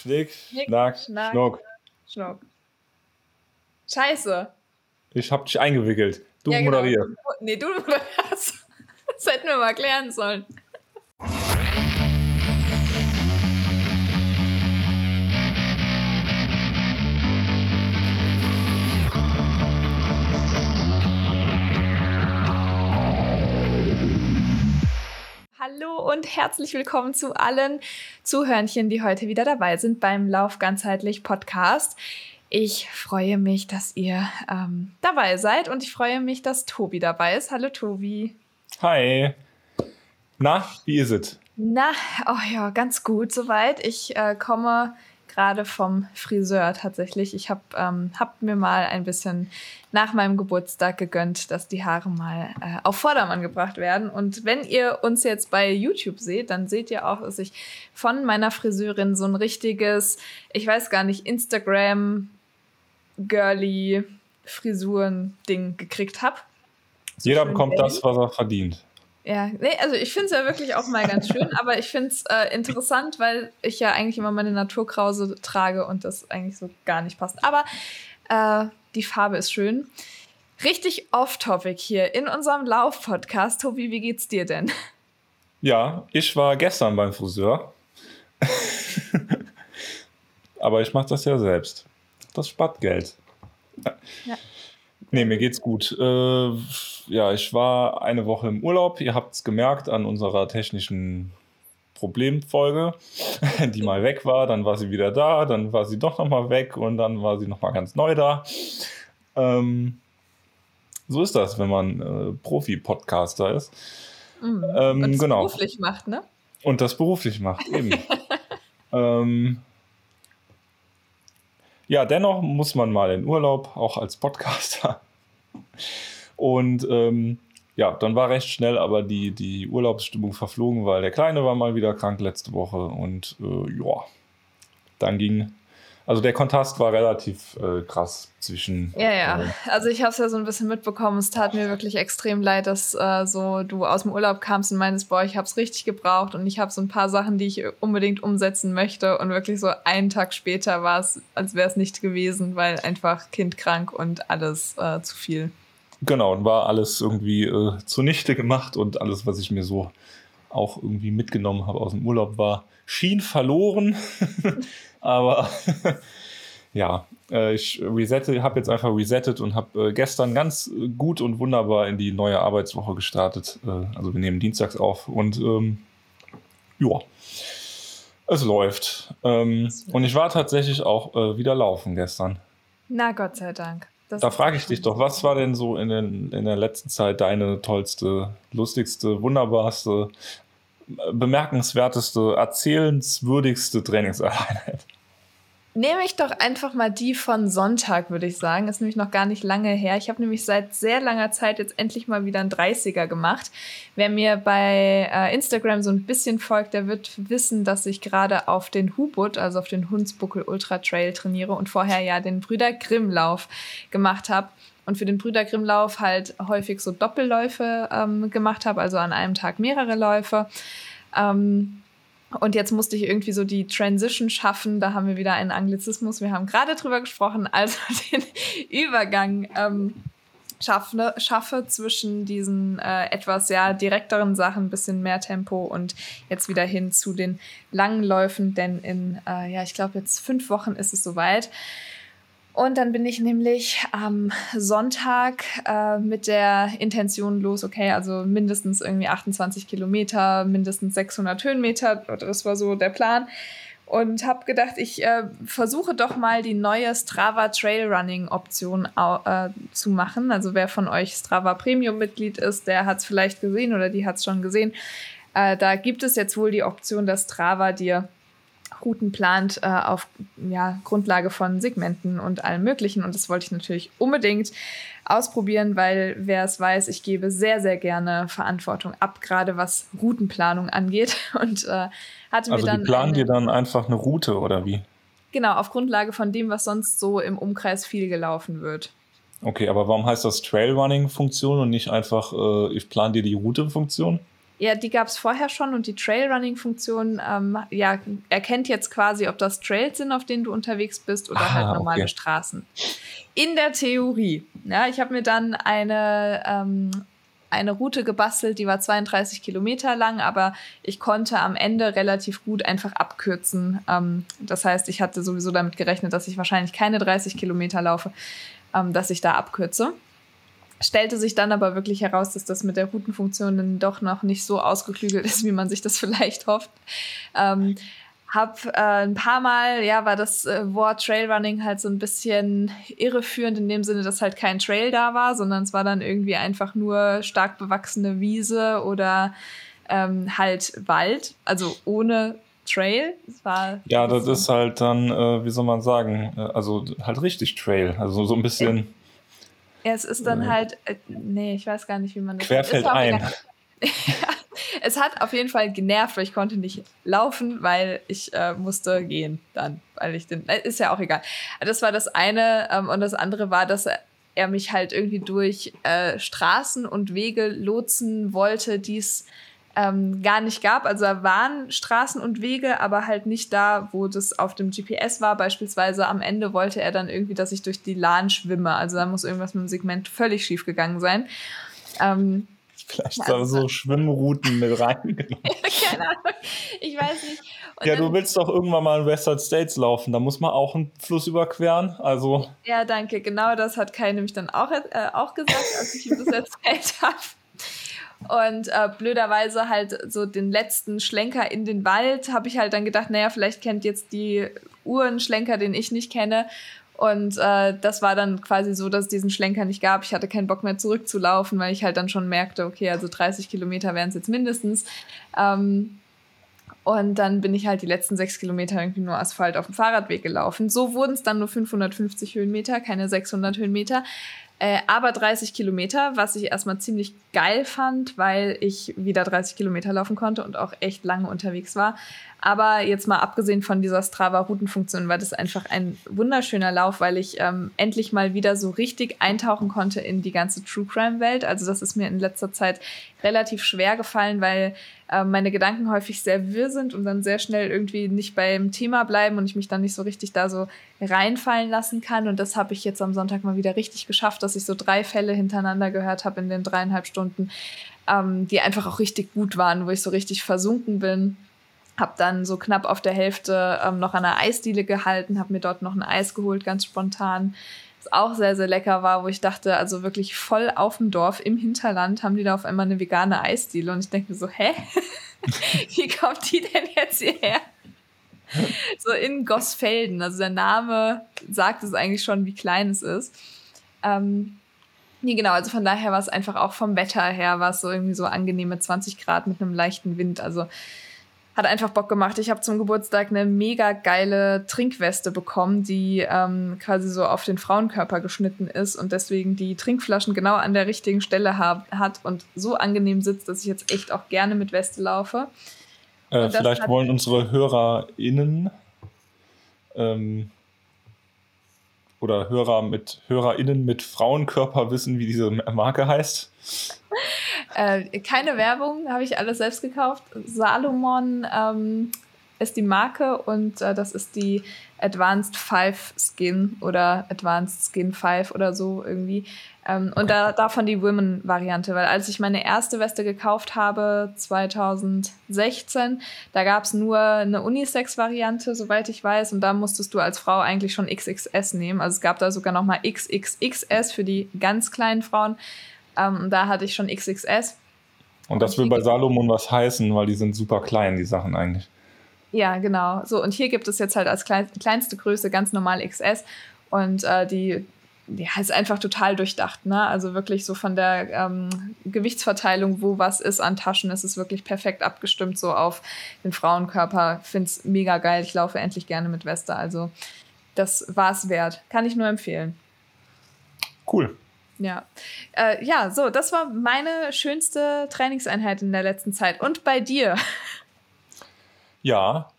Schnick, Schnick, Schnack, Schnack, Schnuck. Schnuck. Scheiße. Ich hab dich eingewickelt. Du Ja, genau. moderierst. Nee, du moderierst. Das hätten wir mal klären sollen. Hallo und herzlich willkommen zu allen Zuhörnchen, die heute wieder dabei sind beim Lauf ganzheitlich Podcast. Ich freue mich, dass ihr dabei seid und ich freue mich, dass Tobi dabei ist. Hallo Tobi. Hi. Na, wie ist es? Na, oh ja, ganz gut soweit. Ich komme gerade vom Friseur tatsächlich. Ich hab mir mal ein bisschen nach meinem Geburtstag gegönnt, dass die Haare mal auf Vordermann gebracht werden. Und wenn ihr uns jetzt bei YouTube seht, dann seht ihr auch, dass ich von meiner Friseurin so ein richtiges, ich weiß gar nicht, Instagram-girly Frisuren-Ding gekriegt habe. So Jeder schön bekommt gelb. das, was er verdient. Ja, nee, also ich finde es ja wirklich auch mal ganz schön, aber ich finde es interessant, weil ich ja eigentlich immer meine Naturkrause trage und das eigentlich so gar nicht passt. Aber die Farbe ist schön. Richtig off-topic hier in unserem Lauf-Podcast. Tobi, wie geht's dir denn? Ja, ich war gestern beim Friseur. Aber ich mache das ja selbst. Das spart Geld. Ja. Nee, mir geht's gut. Ja, ich war eine Woche im Urlaub. Ihr habt es gemerkt an unserer technischen Problemfolge, die mal weg war. Dann war sie wieder da, dann war sie doch nochmal weg und dann war sie nochmal ganz neu da. So ist das, wenn man Profi-Podcaster ist. Und das Genau. beruflich macht, ne? Und das beruflich macht, eben. Ja, dennoch muss man mal in Urlaub, auch als Podcaster. Und ja, dann war recht schnell aber die Urlaubsstimmung verflogen, weil der Kleine war mal wieder krank letzte Woche. Und ja, dann ging... Also der Kontrast war relativ krass zwischen... Ja. Also ich habe es ja so ein bisschen mitbekommen. Es tat mir wirklich extrem leid, dass so du aus dem Urlaub kamst und meinst, boah, ich habe es richtig gebraucht und ich habe so ein paar Sachen, die ich unbedingt umsetzen möchte. Und wirklich so einen Tag später war es, als wäre es nicht gewesen, weil einfach Kind krank und alles zu viel. Genau, und war alles irgendwie zunichte gemacht und alles, was ich mir so auch irgendwie mitgenommen habe aus dem Urlaub, schien verloren. Aber ja, ich habe jetzt einfach resettet und habe gestern ganz gut und wunderbar in die neue Arbeitswoche gestartet. Also wir nehmen dienstags auf und ja, es läuft. Und ich war tatsächlich auch wieder laufen gestern. Na, Gott sei Dank. Da frage ich dich doch, was war denn so in der letzten Zeit deine tollste, lustigste, wunderbarste, bemerkenswerteste, erzählenswürdigste Trainingseinheit? Nehme ich doch einfach mal die von Sonntag, würde ich sagen. Ist nämlich noch gar nicht lange her. Ich habe nämlich seit sehr langer Zeit jetzt endlich mal wieder einen 30er gemacht. Wer mir bei Instagram so ein bisschen folgt, der wird wissen, dass ich gerade auf den Hubut, also auf den Hunsbuckel Ultra Trail trainiere und vorher ja den Brüder Grimm Lauf gemacht habe. Und für den Brüder Grimm Lauf halt häufig so Doppelläufe gemacht habe, also an einem Tag mehrere Läufe. Und jetzt musste ich irgendwie so die Transition schaffen. Da haben wir wieder einen Anglizismus. Wir haben gerade drüber gesprochen, also den Übergang schaffe zwischen diesen etwas direkteren Sachen, ein bisschen mehr Tempo und jetzt wieder hin zu den langen Läufen. Denn in, ich glaube, jetzt 5 Wochen ist es soweit. Und dann bin ich nämlich am Sonntag mit der Intention los, okay, also mindestens irgendwie 28 Kilometer, mindestens 600 Höhenmeter, das war so der Plan. Und habe gedacht, ich versuche doch mal die neue Strava Trailrunning Option zu machen. Also wer von euch Strava Premium Mitglied ist, der hat es vielleicht gesehen oder die hat es schon gesehen. Da gibt es jetzt wohl die Option, dass Strava dir Routen plant auf Grundlage von Segmenten und allem Möglichen. Und das wollte ich natürlich unbedingt ausprobieren, weil wer es weiß, ich gebe sehr, sehr gerne Verantwortung ab, gerade was Routenplanung angeht. Und hatte mir dann die planen dir dann einfach eine Route oder wie? Genau, auf Grundlage von dem, was sonst so im Umkreis viel gelaufen wird. Okay, aber warum heißt das Trailrunning-Funktion und nicht einfach ich plane dir die Route-Funktion? Ja, die gab es vorher schon und die Trailrunning-Funktion erkennt jetzt quasi, ob das Trails sind, auf denen du unterwegs bist oder halt normale Straßen. In der Theorie. Ja, ich habe mir dann eine Route gebastelt, die war 32 Kilometer lang, aber ich konnte am Ende relativ gut einfach abkürzen. Das heißt, ich hatte sowieso damit gerechnet, dass ich wahrscheinlich keine 30 Kilometer laufe, dass ich da abkürze. Stellte sich dann aber wirklich heraus, dass das mit der Routenfunktion dann doch noch nicht so ausgeklügelt ist, wie man sich das vielleicht hofft. Ein paar Mal, war das Wort Trailrunning halt so ein bisschen irreführend in dem Sinne, dass halt kein Trail da war, sondern es war dann irgendwie einfach nur stark bewachsene Wiese oder halt Wald, also ohne Trail. Das ist halt dann, wie soll man sagen, also halt richtig Trail, also so ein bisschen... Ja, es ist dann halt, ich weiß gar nicht, wie man das... Querfeldein. Es hat auf jeden Fall genervt, weil ich konnte nicht laufen, weil ich musste gehen dann, weil ich ist ja auch egal. Das war das eine und das andere war, dass er mich halt irgendwie durch Straßen und Wege lotsen wollte, die es gar nicht gab. Also da waren Straßen und Wege, aber halt nicht da, wo das auf dem GPS war. Beispielsweise am Ende wollte er dann irgendwie, dass ich durch die Lahn schwimme. Also da muss irgendwas mit dem Segment völlig schief gegangen sein. Vielleicht so Schwimmrouten mit reingenommen. Keine Ahnung, ich weiß nicht. Und ja, du willst doch irgendwann mal in Western States laufen, da muss man auch einen Fluss überqueren, also... Ja, danke, genau das hat Kai nämlich dann auch gesagt, als ich ihm das erzählt habe. Und blöderweise halt so den letzten Schlenker in den Wald habe ich halt dann gedacht, naja, vielleicht kennt jetzt die Uhr einen Schlenker, den ich nicht kenne. Und das war dann quasi so, dass es diesen Schlenker nicht gab. Ich hatte keinen Bock mehr zurückzulaufen, weil ich halt dann schon merkte, okay, also 30 Kilometer wären es jetzt mindestens. Und dann bin ich halt die letzten 6 Kilometer irgendwie nur Asphalt auf dem Fahrradweg gelaufen. So wurden es dann nur 550 Höhenmeter, keine 600 Höhenmeter. Aber 30 Kilometer, was ich erstmal ziemlich geil fand, weil ich wieder 30 Kilometer laufen konnte und auch echt lange unterwegs war. Aber jetzt mal abgesehen von dieser Strava-Routenfunktion war das einfach ein wunderschöner Lauf, weil ich endlich mal wieder so richtig eintauchen konnte in die ganze True-Crime-Welt. Also das ist mir in letzter Zeit relativ schwer gefallen, weil meine Gedanken häufig sehr wirr sind und dann sehr schnell irgendwie nicht beim Thema bleiben und ich mich dann nicht so richtig da so reinfallen lassen kann. Und das habe ich jetzt am Sonntag mal wieder richtig geschafft, dass ich so 3 Fälle hintereinander gehört habe in den 3,5 Stunden, die einfach auch richtig gut waren, wo ich so richtig versunken bin. Hab dann so knapp auf der Hälfte noch an einer Eisdiele gehalten, habe mir dort noch ein Eis geholt, ganz spontan. Was auch sehr, sehr lecker war, wo ich dachte, also wirklich voll auf dem Dorf, im Hinterland, haben die da auf einmal eine vegane Eisdiele. Und ich denke mir so, hä? Wie kommt die denn jetzt hierher? So in Gosfelden. Also der Name sagt es eigentlich schon, wie klein es ist. Nee, genau, also von daher war es einfach auch vom Wetter her, war es so irgendwie so angenehme 20 Grad mit einem leichten Wind. Also hat einfach Bock gemacht. Ich habe zum Geburtstag eine mega geile Trinkweste bekommen, die quasi so auf den Frauenkörper geschnitten ist und deswegen die Trinkflaschen genau an der richtigen Stelle hat und so angenehm sitzt, dass ich jetzt echt auch gerne mit Weste laufe. Vielleicht wollen unsere HörerInnen oder HörerInnen mit Frauenkörper wissen, wie diese Marke heißt. Keine Werbung, habe ich alles selbst gekauft. Salomon ist die Marke und das ist die Advanced 5 Skin oder Advanced Skin 5 oder so irgendwie. Und davon die Women-Variante, weil als ich meine erste Weste gekauft habe, 2016, da gab es nur eine Unisex-Variante, soweit ich weiß, und da musstest du als Frau eigentlich schon XXS nehmen. Also es gab da sogar nochmal XXXS für die ganz kleinen Frauen. Da hatte ich schon XXS. Und das will bei Salomon was heißen, weil die sind super klein, die Sachen eigentlich. Ja, genau. So, und hier gibt es jetzt halt als kleinste Größe ganz normal XS. Und die ist einfach total durchdacht, ne? Also wirklich so von der Gewichtsverteilung, wo was ist an Taschen, ist es wirklich perfekt abgestimmt so auf den Frauenkörper. Finde es mega geil. Ich laufe endlich gerne mit Weste. Also das war es wert. Kann ich nur empfehlen. Cool. Ja. So, das war meine schönste Trainingseinheit in der letzten Zeit. Und bei dir? Ja,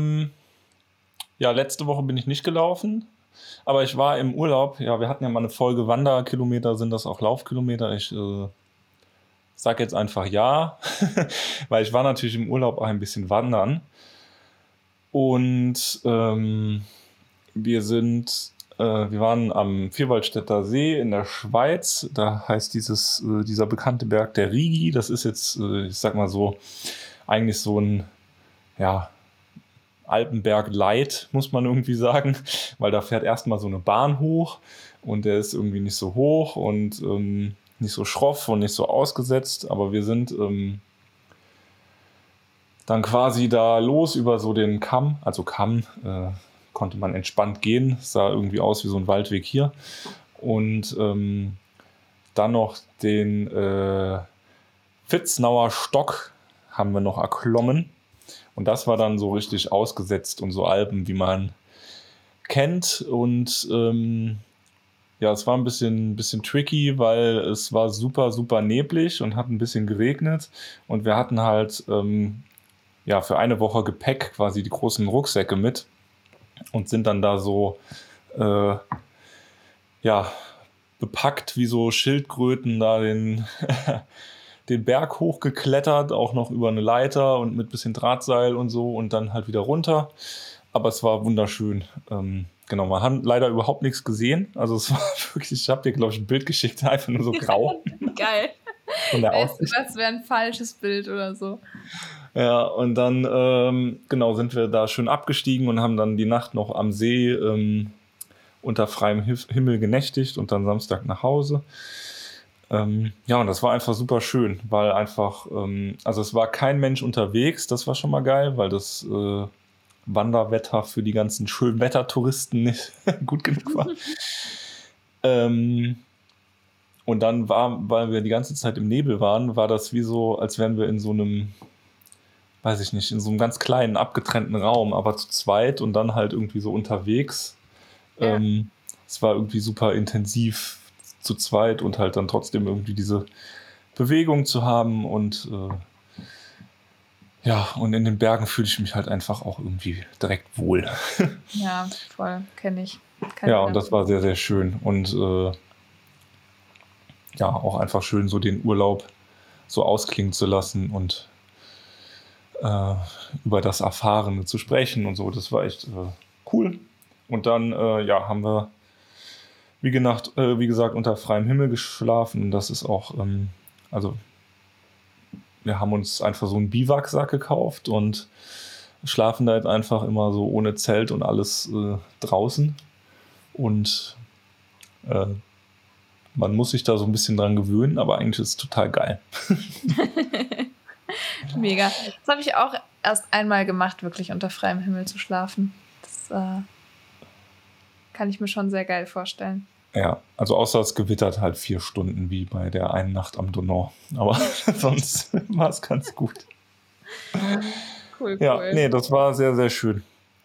letzte Woche bin ich nicht gelaufen, aber ich war im Urlaub. Ja, wir hatten ja mal eine Folge Wanderkilometer, sind das auch Laufkilometer. Ich sage jetzt einfach ja, weil ich war natürlich im Urlaub auch ein bisschen wandern. Und wir waren am Vierwaldstätter See in der Schweiz. Da heißt dieser bekannte Berg der Rigi. Das ist jetzt, ich sag mal so, eigentlich so ein, ja, Alpenberg Light, muss man irgendwie sagen, weil da fährt erstmal so eine Bahn hoch und der ist irgendwie nicht so hoch und nicht so schroff und nicht so ausgesetzt, aber wir sind dann quasi da los über so den Kamm, konnte man entspannt gehen, sah irgendwie aus wie so ein Waldweg hier und dann noch den Vitznauer Stock haben wir noch erklommen. Und das war dann so richtig ausgesetzt und so Alpen, wie man kennt. Und es war ein bisschen tricky, weil es war super, super neblig und hat ein bisschen geregnet. Und wir hatten halt für eine Woche Gepäck quasi die großen Rucksäcke mit und sind dann da so bepackt wie so Schildkröten da den Berg hochgeklettert, auch noch über eine Leiter und mit bisschen Drahtseil und so und dann halt wieder runter. Aber es war wunderschön. Genau, man hat leider überhaupt nichts gesehen. Also es war wirklich, ich habe dir, glaube ich, ein Bild geschickt, einfach nur so grau. Geil. Das wäre ein falsches Bild oder so. Ja, und dann sind wir da schön abgestiegen und haben dann die Nacht noch am See unter freiem Himmel genächtigt und dann Samstag nach Hause. Und das war einfach super schön, weil einfach, es war kein Mensch unterwegs, das war schon mal geil, weil das Wanderwetter für die ganzen Schönwettertouristen nicht gut genug war. Und dann weil wir die ganze Zeit im Nebel waren, war das wie so, als wären wir in so einem, weiß ich nicht, in so einem ganz kleinen, abgetrennten Raum, aber zu zweit und dann halt irgendwie so unterwegs. Ja. Es war irgendwie super intensiv zu zweit und halt dann trotzdem irgendwie diese Bewegung zu haben und und in den Bergen fühle ich mich halt einfach auch irgendwie direkt wohl. Ja, voll, kenne ich. Und das war sehr, sehr schön und auch einfach schön, so den Urlaub so ausklingen zu lassen und über das Erfahrene zu sprechen und so, das war echt cool. Und dann haben wir wie gesagt, unter freiem Himmel geschlafen. Das ist auch, wir haben uns einfach so einen Biwaksack gekauft und schlafen da jetzt einfach immer so ohne Zelt und alles draußen. Und man muss sich da so ein bisschen dran gewöhnen, aber eigentlich ist es total geil. Mega. Das habe ich auch erst einmal gemacht, wirklich unter freiem Himmel zu schlafen. Das kann ich mir schon sehr geil vorstellen. Ja, also außer es gewittert halt 4 Stunden wie bei der einen Nacht am Donau. Aber sonst war es ganz gut. Cool. Ja, nee, das war sehr, sehr schön.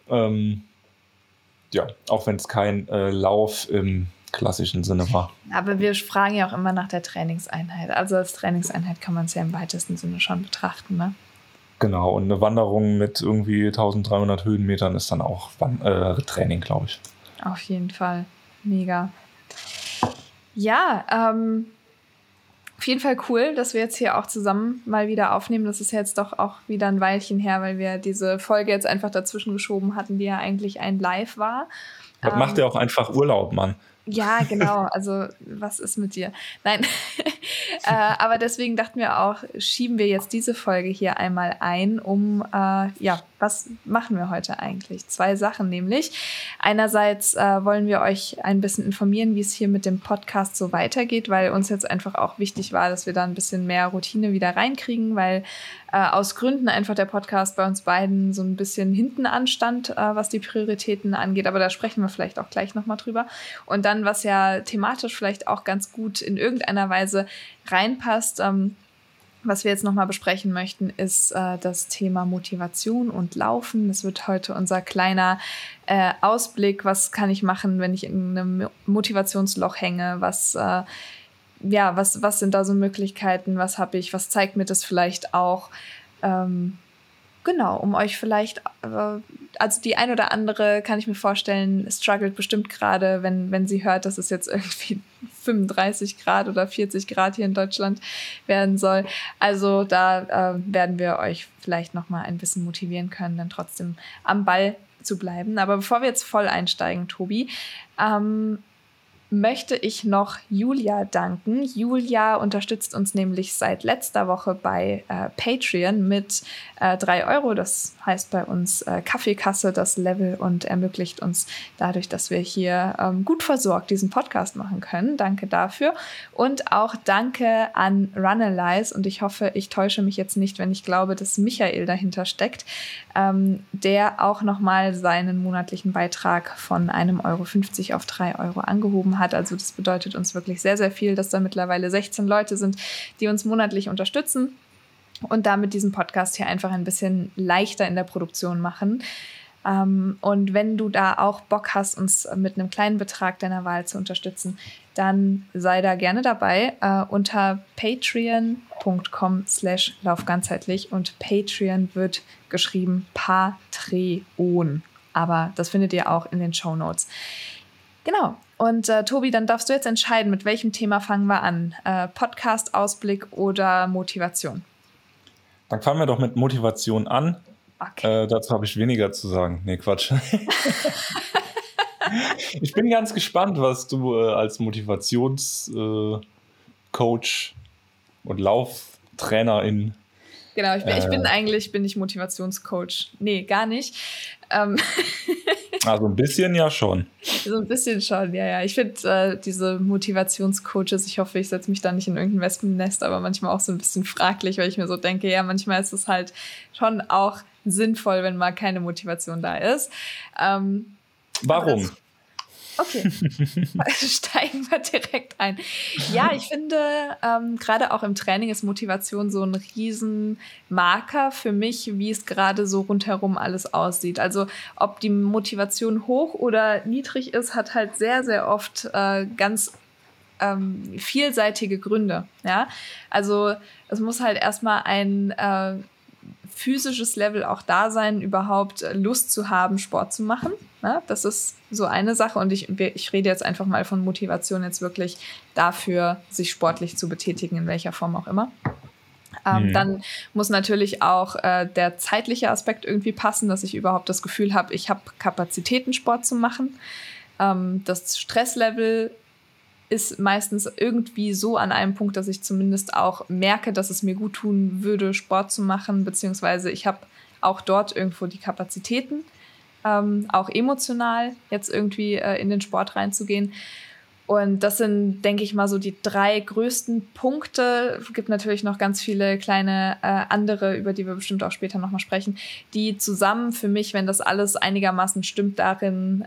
Auch wenn es kein Lauf im klassischen Sinne war. Aber wir fragen ja auch immer nach der Trainingseinheit. Also als Trainingseinheit kann man es ja im weitesten Sinne schon betrachten, ne? Genau, und eine Wanderung mit irgendwie 1300 Höhenmetern ist dann auch Training, glaube ich. Auf jeden Fall. Mega. Ja, auf jeden Fall cool, dass wir jetzt hier auch zusammen mal wieder aufnehmen. Das ist jetzt doch auch wieder ein Weilchen her, weil wir diese Folge jetzt einfach dazwischen geschoben hatten, die ja eigentlich ein Live war. Das macht ja auch einfach Urlaub, Mann. Ja, genau. Also was ist mit dir? Nein, aber deswegen dachten wir auch, schieben wir jetzt diese Folge hier einmal ein, was machen wir heute eigentlich? 2 Sachen nämlich. Einerseits wollen wir euch ein bisschen informieren, wie es hier mit dem Podcast so weitergeht, weil uns jetzt einfach auch wichtig war, dass wir da ein bisschen mehr Routine wieder reinkriegen, weil aus Gründen einfach der Podcast bei uns beiden so ein bisschen hinten anstand, was die Prioritäten angeht. Aber da sprechen wir vielleicht auch gleich nochmal drüber. Und dann, was ja thematisch vielleicht auch ganz gut in irgendeiner Weise reinpasst, was wir jetzt nochmal besprechen möchten, ist das Thema Motivation und Laufen. Das wird heute unser kleiner Ausblick. Was kann ich machen, wenn ich in einem Motivationsloch hänge? Was sind da so Möglichkeiten? Was habe ich? Was zeigt mir das vielleicht auch? Genau, um euch vielleicht, also die ein oder andere, kann ich mir vorstellen, struggelt bestimmt gerade, wenn sie hört, dass es jetzt irgendwie 35 Grad oder 40 Grad hier in Deutschland werden soll. Also da werden wir euch vielleicht nochmal ein bisschen motivieren können, dann trotzdem am Ball zu bleiben. Aber bevor wir jetzt voll einsteigen, Tobi, möchte ich noch Julia danken. Julia unterstützt uns nämlich seit letzter Woche bei Patreon mit 3 Euro. Das heißt bei uns Kaffeekasse, das Level, und ermöglicht uns dadurch, dass wir hier gut versorgt diesen Podcast machen können. Danke dafür. Und auch danke an Runalyze. Und ich hoffe, ich täusche mich jetzt nicht, wenn ich glaube, dass Michael dahinter steckt, der auch nochmal seinen monatlichen Beitrag von 1,50 Euro auf 3 Euro angehoben hat. Also das bedeutet uns wirklich sehr, sehr viel, dass da mittlerweile 16 Leute sind, die uns monatlich unterstützen und damit diesen Podcast hier einfach ein bisschen leichter in der Produktion machen. Und wenn du da auch Bock hast, uns mit einem kleinen Betrag deiner Wahl zu unterstützen, dann sei da gerne dabei unter patreon.com/laufganzheitlich, und Patreon wird geschrieben Patreon. Aber das findet ihr auch in den Shownotes. Genau. Und Tobi, dann darfst du jetzt entscheiden, mit welchem Thema fangen wir an? Podcast-Ausblick oder Motivation? Dann fangen wir doch mit Motivation an. Okay. Dazu habe ich weniger zu sagen. Nee, Quatsch. Ich bin ganz gespannt, was du als Motivationscoach und Lauftrainerin. Genau, bin ich Motivationscoach. Nee, gar nicht. Also ein bisschen ja schon. So ein bisschen schon, ja. Ich finde diese Motivationscoaches, ich hoffe, ich setze mich da nicht in irgendein Wespennest, aber manchmal auch so ein bisschen fraglich, weil ich mir so denke, ja, manchmal ist es halt schon auch sinnvoll, wenn mal keine Motivation da ist. Warum? Okay, steigen wir direkt ein. Ja, ich finde, gerade auch im Training ist Motivation so ein Riesenmarker für mich, wie es gerade so rundherum alles aussieht. Also ob die Motivation hoch oder niedrig ist, hat halt sehr, sehr oft ganz vielseitige Gründe. Ja? Also es muss halt erstmal ein physisches Level auch da sein, überhaupt Lust zu haben, Sport zu machen. Ne? Das ist so eine Sache, und ich rede jetzt einfach mal von Motivation jetzt wirklich dafür, sich sportlich zu betätigen, in welcher Form auch immer. Dann muss natürlich auch der zeitliche Aspekt irgendwie passen, dass ich überhaupt das Gefühl habe, ich habe Kapazitäten, Sport zu machen. Das Stresslevel ist meistens irgendwie so an einem Punkt, dass ich zumindest auch merke, dass es mir gut tun würde, Sport zu machen, beziehungsweise ich habe auch dort irgendwo die Kapazitäten, auch emotional jetzt irgendwie in den Sport reinzugehen. Und das sind, denke ich mal, so die 3 größten Punkte. Es gibt natürlich noch ganz viele kleine andere, über die wir bestimmt auch später nochmal sprechen, die zusammen für mich, wenn das alles einigermaßen stimmt, darin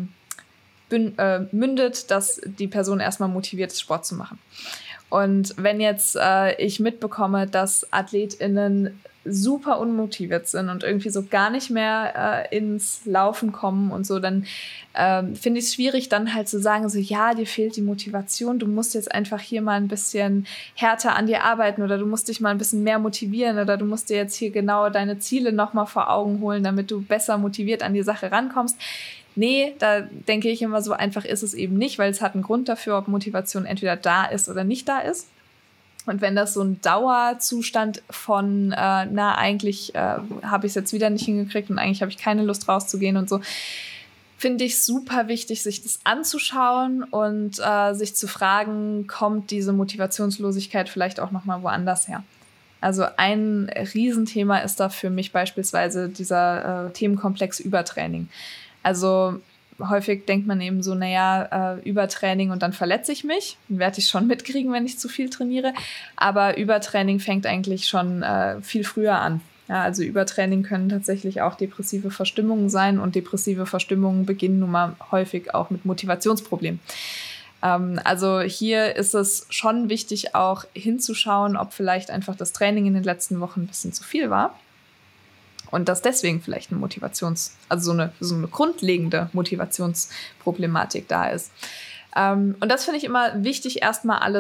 mündet, dass die Person erstmal motiviert ist, Sport zu machen. Und wenn jetzt ich mitbekomme, dass AthletInnen super unmotiviert sind und irgendwie so gar nicht mehr ins Laufen kommen und so, dann finde ich es schwierig, dann halt zu sagen, so ja, dir fehlt die Motivation, du musst jetzt einfach hier mal ein bisschen härter an dir arbeiten oder du musst dich mal ein bisschen mehr motivieren oder du musst dir jetzt hier genau deine Ziele nochmal vor Augen holen, damit du besser motiviert an die Sache rankommst. Nee, da denke ich immer, so einfach ist es eben nicht, weil es hat einen Grund dafür, ob Motivation entweder da ist oder nicht da ist. Und wenn das so ein Dauerzustand von, eigentlich habe ich es jetzt wieder nicht hingekriegt und eigentlich habe ich keine Lust rauszugehen und so, finde ich super wichtig, sich das anzuschauen und sich zu fragen, kommt diese Motivationslosigkeit vielleicht auch nochmal woanders her? Also ein Riesenthema ist da für mich beispielsweise dieser Themenkomplex Übertraining. Also häufig denkt man eben so, Übertraining und dann verletze ich mich. Dann werde ich schon mitkriegen, wenn ich zu viel trainiere. Aber Übertraining fängt eigentlich schon viel früher an. Ja, also Übertraining können tatsächlich auch depressive Verstimmungen sein, und depressive Verstimmungen beginnen nun mal häufig auch mit Motivationsproblemen. Also hier ist es schon wichtig, auch hinzuschauen, ob vielleicht einfach das Training in den letzten Wochen ein bisschen zu viel war. Und dass deswegen vielleicht eine so eine grundlegende Motivationsproblematik da ist. Und das finde ich immer wichtig, erstmal alles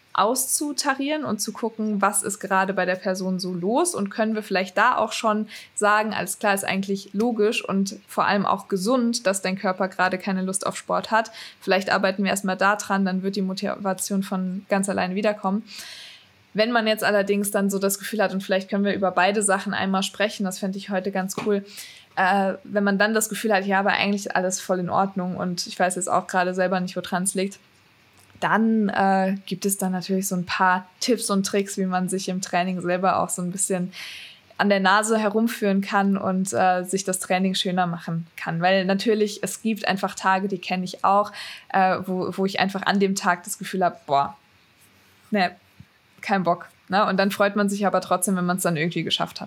auszutarieren und zu gucken, was ist gerade bei der Person so los und können wir vielleicht da auch schon sagen, alles klar, ist eigentlich logisch und vor allem auch gesund, dass dein Körper gerade keine Lust auf Sport hat. Vielleicht arbeiten wir erstmal da dran, dann wird die Motivation von ganz alleine wiederkommen. Wenn man jetzt allerdings dann so das Gefühl hat, und vielleicht können wir über beide Sachen einmal sprechen, das fände ich heute ganz cool, wenn man dann das Gefühl hat, ja, aber eigentlich ist alles voll in Ordnung und ich weiß jetzt auch gerade selber nicht, woran es liegt, dann gibt es dann natürlich so ein paar Tipps und Tricks, wie man sich im Training selber auch so ein bisschen an der Nase herumführen kann und sich das Training schöner machen kann. Weil natürlich, es gibt einfach Tage, die kenne ich auch, wo ich einfach an dem Tag das Gefühl habe, boah, ne, kein Bock. Ne? Und dann freut man sich aber trotzdem, wenn man es dann irgendwie geschafft hat.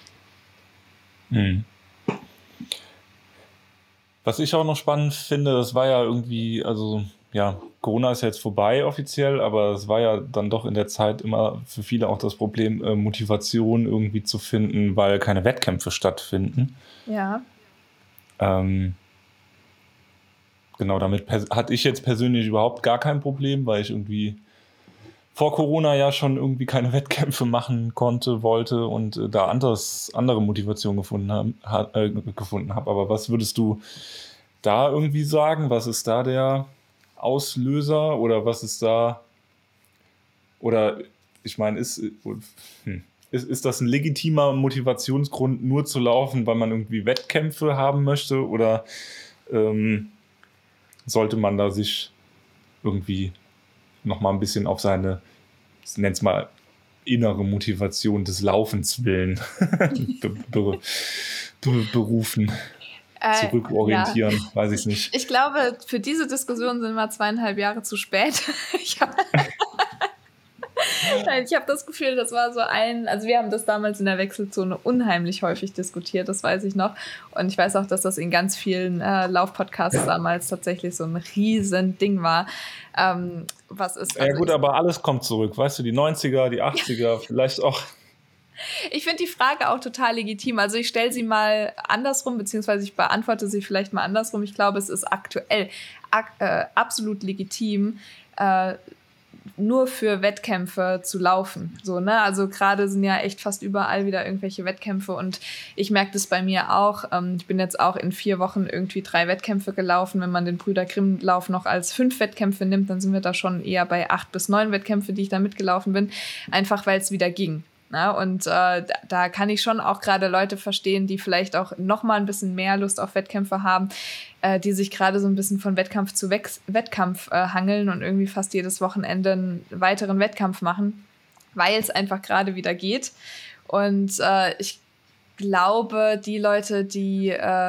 Was ich auch noch spannend finde, das war ja irgendwie, also ja, Corona ist ja jetzt vorbei offiziell, aber es war ja dann doch in der Zeit immer für viele auch das Problem, Motivation irgendwie zu finden, weil keine Wettkämpfe stattfinden. Ja. Genau, damit hatte ich jetzt persönlich überhaupt gar kein Problem, weil ich irgendwie vor Corona ja schon irgendwie keine Wettkämpfe machen konnte, wollte und da andere Motivation gefunden habe. Aber was würdest du da irgendwie sagen? Was ist da der Auslöser oder was ist da? Oder ich meine, ist das ein legitimer Motivationsgrund, nur zu laufen, weil man irgendwie Wettkämpfe haben möchte? Oder sollte man da sich irgendwie noch mal ein bisschen auf seine, ich nenne es mal, innere Motivation des Laufens willen berufen, zurückorientieren, ja. Weiß ich nicht. Ich glaube, für diese Diskussion sind wir 2,5 Jahre zu spät. Ich habe das Gefühl, das war so also wir haben das damals in der Wechselzone unheimlich häufig diskutiert, das weiß ich noch. Und ich weiß auch, dass das in ganz vielen Laufpodcasts damals tatsächlich so ein riesen Ding war. Was ist, ja gut, aber alles kommt zurück, weißt du, die 90er, die 80er, vielleicht auch. Ich finde die Frage auch total legitim. Also ich stelle sie mal andersrum, beziehungsweise ich beantworte sie vielleicht mal andersrum. Ich glaube, es ist aktuell absolut legitim, nur für Wettkämpfe zu laufen. So, ne? Also gerade sind ja echt fast überall wieder irgendwelche Wettkämpfe und ich merke das bei mir auch. Ich bin jetzt auch in 4 Wochen irgendwie 3 Wettkämpfe gelaufen. Wenn man den Brüder Grimm-Lauf noch als 5 Wettkämpfe nimmt, dann sind wir da schon eher bei 8 bis 9 Wettkämpfe, die ich da mitgelaufen bin. Einfach, weil es wieder ging. Na, und da kann ich schon auch gerade Leute verstehen, die vielleicht auch noch mal ein bisschen mehr Lust auf Wettkämpfe haben, die sich gerade so ein bisschen von Wettkampf zu Wettkampf hangeln und irgendwie fast jedes Wochenende einen weiteren Wettkampf machen, weil es einfach gerade wieder geht. Und ich glaube, die Leute, die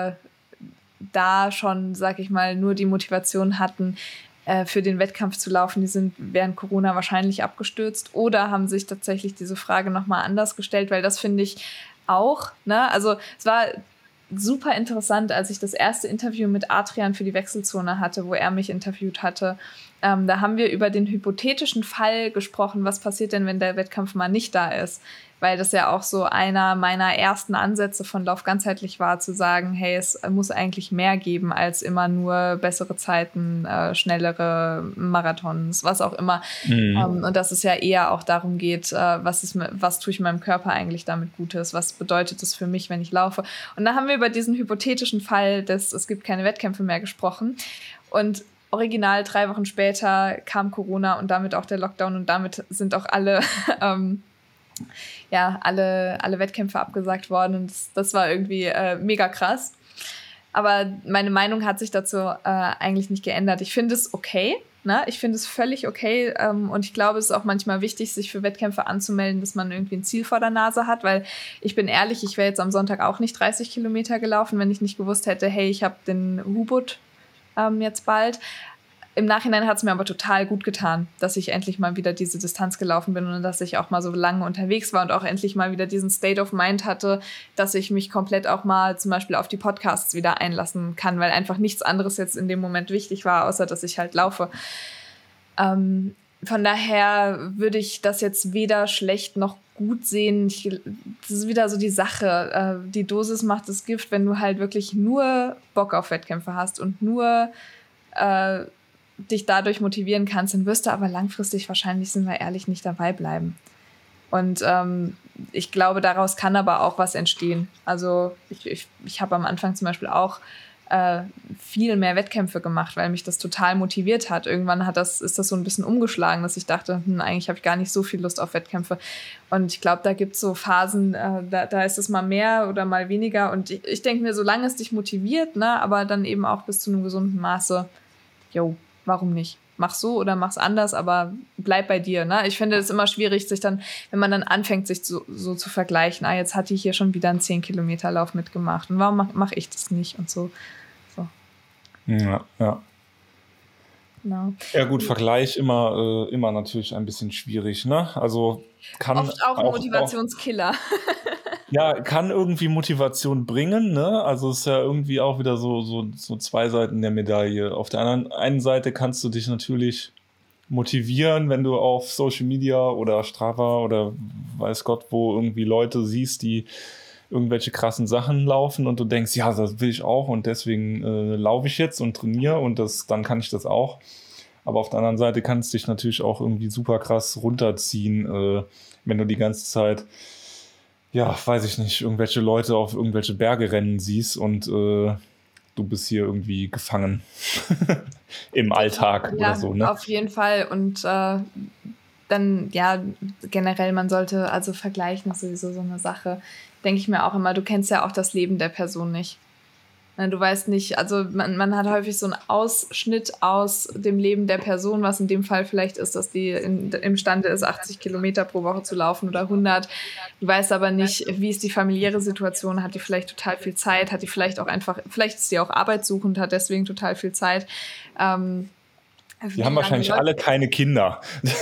da schon, sag ich mal, nur die Motivation hatten, für den Wettkampf zu laufen, die sind während Corona wahrscheinlich abgestürzt oder haben sich tatsächlich diese Frage nochmal anders gestellt, weil das finde ich auch, ne? Also es war super interessant, als ich das erste Interview mit Adrian für die Wechselzone hatte, wo er mich interviewt hatte. Da haben wir über den hypothetischen Fall gesprochen, was passiert denn, wenn der Wettkampf mal nicht da ist, weil das ja auch so einer meiner ersten Ansätze von Lauf ganzheitlich war, zu sagen, hey, es muss eigentlich mehr geben als immer nur bessere Zeiten, schnellere Marathons, was auch immer. Und dass es ja eher auch darum geht, was tue ich meinem Körper eigentlich damit Gutes, was bedeutet es für mich, wenn ich laufe. Und da haben wir über diesen hypothetischen Fall, es gibt keine Wettkämpfe mehr, gesprochen. Und original 3 Wochen später kam Corona und damit auch der Lockdown und damit sind auch alle alle Wettkämpfe abgesagt worden und das war irgendwie mega krass. Aber meine Meinung hat sich dazu eigentlich nicht geändert. Ich finde es okay, ne? Ich finde es völlig okay und ich glaube, es ist auch manchmal wichtig, sich für Wettkämpfe anzumelden, dass man irgendwie ein Ziel vor der Nase hat, weil ich bin ehrlich, ich wäre jetzt am Sonntag auch nicht 30 Kilometer gelaufen, wenn ich nicht gewusst hätte, hey, ich habe den Hubot jetzt bald. Im Nachhinein hat es mir aber total gut getan, dass ich endlich mal wieder diese Distanz gelaufen bin und dass ich auch mal so lange unterwegs war und auch endlich mal wieder diesen State of Mind hatte, dass ich mich komplett auch mal zum Beispiel auf die Podcasts wieder einlassen kann, weil einfach nichts anderes jetzt in dem Moment wichtig war, außer dass ich halt laufe. Von daher würde ich das jetzt weder schlecht noch gut sehen. Das ist wieder so die Sache. Die Dosis macht das Gift, wenn du halt wirklich nur Bock auf Wettkämpfe hast und nur dich dadurch motivieren kannst, dann wirst du aber langfristig wahrscheinlich, sind wir ehrlich, nicht dabei bleiben. Und ich glaube, daraus kann aber auch was entstehen. Also ich habe am Anfang zum Beispiel auch viel mehr Wettkämpfe gemacht, weil mich das total motiviert hat. Irgendwann ist das so ein bisschen umgeschlagen, dass ich dachte, eigentlich habe ich gar nicht so viel Lust auf Wettkämpfe. Und ich glaube, da gibt es so Phasen, da ist es mal mehr oder mal weniger. Und ich denke mir, solange es dich motiviert, ne, aber dann eben auch bis zu einem gesunden Maße, jo, warum nicht? Mach so oder mach's anders, aber bleib bei dir. Ne? Ich finde es immer schwierig, sich dann, wenn man dann anfängt, sich so zu vergleichen, jetzt hatte ich hier schon wieder einen 10-Kilometer-Lauf mitgemacht und warum mache ich das nicht und so. Ja. Genau. Ja gut, Vergleich immer natürlich ein bisschen schwierig, ne? Also kann oft auch ein Motivationskiller. Ja, kann irgendwie Motivation bringen, ne? Also es ist ja irgendwie auch wieder so zwei Seiten der Medaille. Auf der einen Seite kannst du dich natürlich motivieren, wenn du auf Social Media oder Strava oder weiß Gott wo irgendwie Leute siehst, die irgendwelche krassen Sachen laufen und du denkst, ja, das will ich auch und deswegen laufe ich jetzt und trainiere und dann kann ich das auch. Aber auf der anderen Seite kann es dich natürlich auch irgendwie super krass runterziehen, wenn du die ganze Zeit, ja, weiß ich nicht, irgendwelche Leute auf irgendwelche Berge rennen siehst und du bist hier irgendwie gefangen im Alltag oder so, ne? Auf jeden Fall. Und dann, ja, generell, man sollte, also vergleichen ist sowieso so eine Sache, denke ich mir auch immer, du kennst ja auch das Leben der Person nicht. Du weißt nicht, also man hat häufig so einen Ausschnitt aus dem Leben der Person, was in dem Fall vielleicht ist, dass die imstande ist, 80 Kilometer pro Woche zu laufen oder 100. Du weißt aber nicht, wie ist die familiäre Situation, hat die vielleicht total viel Zeit, hat die vielleicht auch einfach, vielleicht ist die auch arbeitssuchend, hat deswegen total viel Zeit. Die haben wahrscheinlich alle keine Kinder.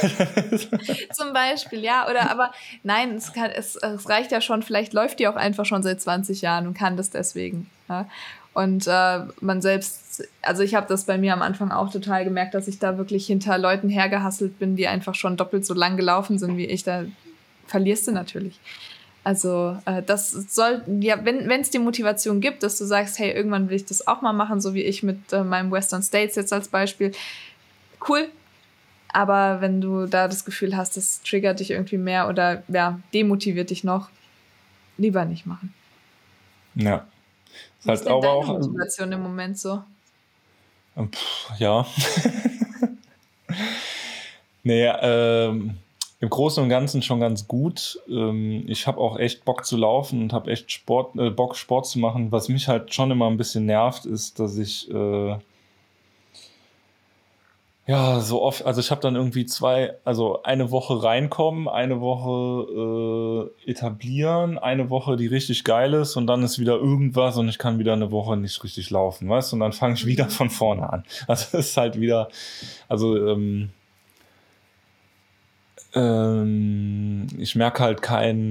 Zum Beispiel, ja. Oder aber nein, es reicht ja schon, vielleicht läuft die auch einfach schon seit 20 Jahren und kann das deswegen. Ja? Und man selbst, also ich habe das bei mir am Anfang auch total gemerkt, dass ich da wirklich hinter Leuten hergehasselt bin, die einfach schon doppelt so lang gelaufen sind wie ich. Da verlierst du natürlich. Also das soll, ja, wenn es die Motivation gibt, dass du sagst, hey, irgendwann will ich das auch mal machen, so wie ich mit meinem Western States jetzt als Beispiel, cool, aber wenn du da das Gefühl hast, das triggert dich irgendwie mehr oder ja, demotiviert dich noch, lieber nicht machen. Ja. Was ist denn deine Motivation im Moment so? Ja. Im Großen und Ganzen schon ganz gut. Ich habe auch echt Bock zu laufen und habe echt Bock, Sport zu machen. Was mich halt schon immer ein bisschen nervt, ist, dass ich ja, so oft, also ich habe dann irgendwie eine Woche reinkommen, eine Woche etablieren, eine Woche, die richtig geil ist und dann ist wieder irgendwas und ich kann wieder eine Woche nicht richtig laufen, weißt du? Und dann fange ich wieder von vorne an. Also es ist halt wieder, also ich merke halt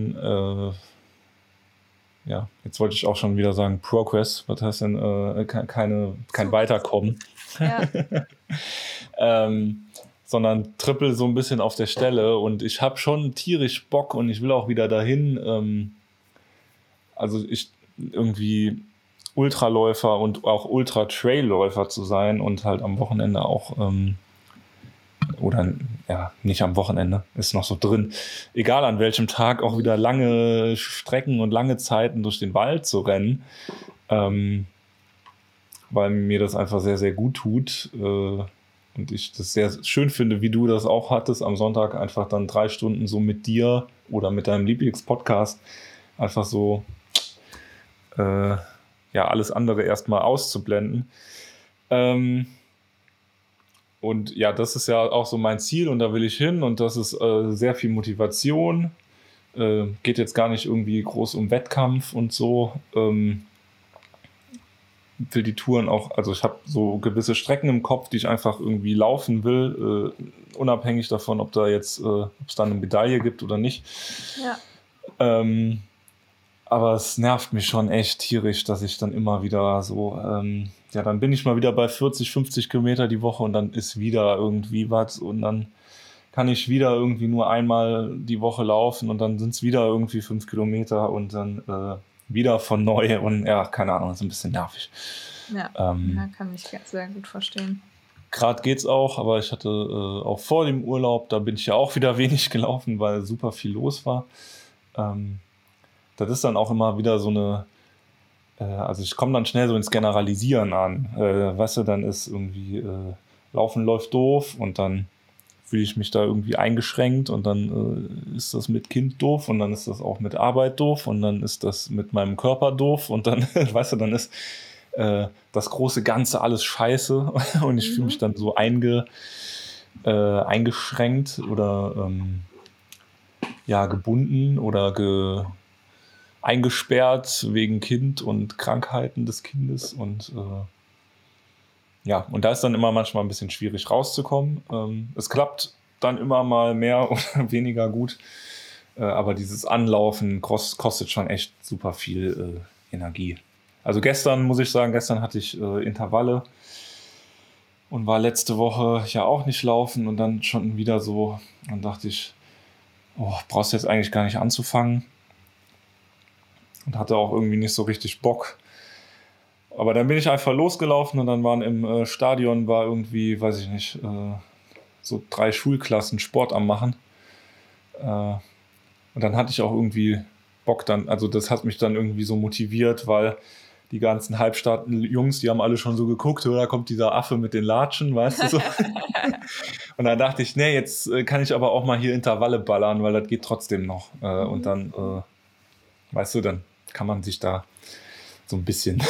ja, jetzt wollte ich auch schon wieder sagen Progress, was heißt denn, kein Weiterkommen. Ja. Sondern trippel so ein bisschen auf der Stelle und ich habe schon tierisch Bock und ich will auch wieder dahin. Also ich irgendwie Ultraläufer und auch Ultra-Trailläufer zu sein und halt am Wochenende auch oder ja, nicht am Wochenende, ist noch so drin, egal an welchem Tag, auch wieder lange Strecken und lange Zeiten durch den Wald zu rennen, weil mir das einfach sehr, sehr gut tut und ich das sehr schön finde, wie du das auch hattest, am Sonntag einfach dann 3 Stunden so mit dir oder mit deinem Lieblingspodcast einfach so ja, alles andere erstmal auszublenden. Und ja, das ist ja auch so mein Ziel und da will ich hin und das ist sehr viel Motivation. Geht jetzt gar nicht irgendwie groß um Wettkampf und so. Will die Touren auch, also ich habe so gewisse Strecken im Kopf, die ich einfach irgendwie laufen will, unabhängig davon, ob da jetzt, ob es da eine Medaille gibt oder nicht. Ja. Aber es nervt mich schon echt tierisch, dass ich dann immer wieder so, ja, dann bin ich mal wieder bei 40, 50 Kilometer die Woche und dann ist wieder irgendwie was und dann kann ich wieder irgendwie nur einmal die Woche laufen und dann sind es wieder irgendwie 5 Kilometer und dann wieder von neu und ja, keine Ahnung, ist ein bisschen nervig. Ja, kann ich sehr gut verstehen. Gerade geht's auch, aber ich hatte auch vor dem Urlaub, da bin ich ja auch wieder wenig gelaufen, weil super viel los war. Ähm, Das ist dann auch immer wieder so eine, also ich komme dann schnell so ins Generalisieren an. Weißt du, dann ist irgendwie Laufen läuft doof und dann fühle ich mich da irgendwie eingeschränkt und dann ist das mit Kind doof und dann ist das auch mit Arbeit doof und dann ist das mit meinem Körper doof und dann, weißt du, dann ist das große Ganze alles scheiße und ich fühle mich dann so eingeschränkt oder ja, gebunden oder eingesperrt wegen Kind und Krankheiten des Kindes und ja, und da ist dann immer manchmal ein bisschen schwierig rauszukommen. Es klappt dann immer mal mehr oder weniger gut, aber dieses Anlaufen kostet schon echt super viel Energie. Also gestern, muss ich sagen, gestern hatte ich Intervalle und war letzte Woche ja auch nicht laufen und dann schon wieder so, dann dachte ich, oh, brauchst du jetzt eigentlich gar nicht anzufangen und hatte auch irgendwie nicht so richtig Bock. Aber dann bin ich einfach losgelaufen und dann waren im Stadion war irgendwie, weiß ich nicht, so 3 Schulklassen Sport am machen. Und dann hatte ich auch irgendwie Bock dann, also das hat mich dann irgendwie so motiviert, weil die ganzen halbstarken Jungs, die haben alle schon so geguckt, da kommt dieser Affe mit den Latschen, weißt du so. Und dann dachte ich, nee, jetzt kann ich aber auch mal hier Intervalle ballern, weil das geht trotzdem noch. Und dann, weißt du, dann kann man sich da so ein bisschen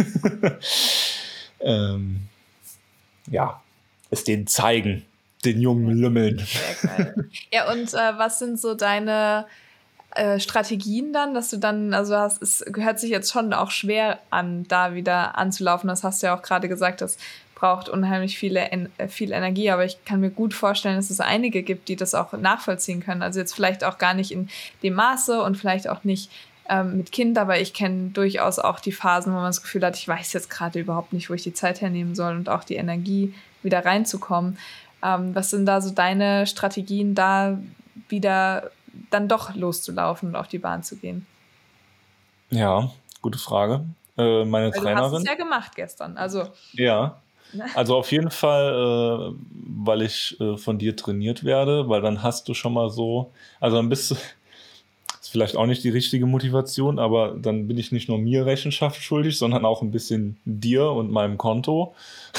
ja, es denen zeigen, den jungen Lümmeln. Sehr geil. Ja, und was sind so deine Strategien dann, dass du dann, also es hört sich jetzt schon auch schwer an, da wieder anzulaufen. Das hast du ja auch gerade gesagt, das braucht unheimlich viel Energie, aber ich kann mir gut vorstellen, dass es einige gibt, die das auch nachvollziehen können. Also jetzt vielleicht auch gar nicht in dem Maße und vielleicht auch nicht mit Kind, aber ich kenne durchaus auch die Phasen, wo man das Gefühl hat, ich weiß jetzt gerade überhaupt nicht, wo ich die Zeit hernehmen soll und auch die Energie wieder reinzukommen. Was sind da so deine Strategien, da wieder dann doch loszulaufen und auf die Bahn zu gehen? Ja, gute Frage. Meine Weil Trainerin. Du hast es ja gemacht gestern, also. Ja, also auf jeden Fall, weil ich von dir trainiert werde, weil dann hast du schon mal so, also dann bist du, ist vielleicht auch nicht die richtige Motivation, aber dann bin ich nicht nur mir Rechenschaft schuldig, sondern auch ein bisschen dir und meinem Konto.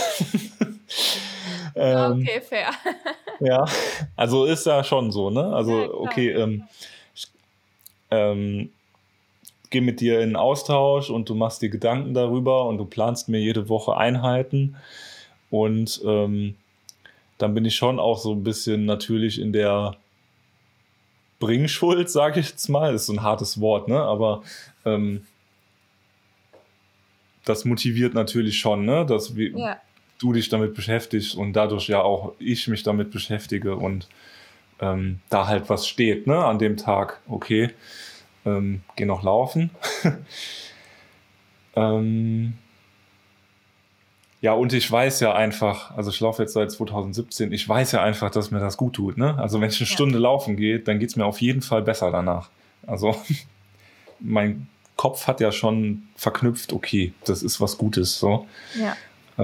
Okay, fair. Ja, also ist ja schon so, ne? Also, Ja, klar. okay, ich gehe mit dir in Austausch und du machst dir Gedanken darüber und du planst mir jede Woche Einheiten und dann bin ich schon auch so ein bisschen natürlich in der Bringschuld, sage ich jetzt mal. Das ist so ein hartes Wort, ne? Aber das motiviert natürlich schon, ne? Dass du dich damit beschäftigst und dadurch ja auch ich mich damit beschäftige und da halt was steht, ne? An dem Tag, okay, geh noch laufen. Ja, und ich weiß ja einfach, also ich laufe jetzt seit 2017, ich weiß ja einfach, dass mir das gut tut, ne? Also wenn ich eine Stunde laufen gehe, dann geht es mir auf jeden Fall besser danach. Also mein Kopf hat ja schon verknüpft, okay, das ist was Gutes, so. Ja.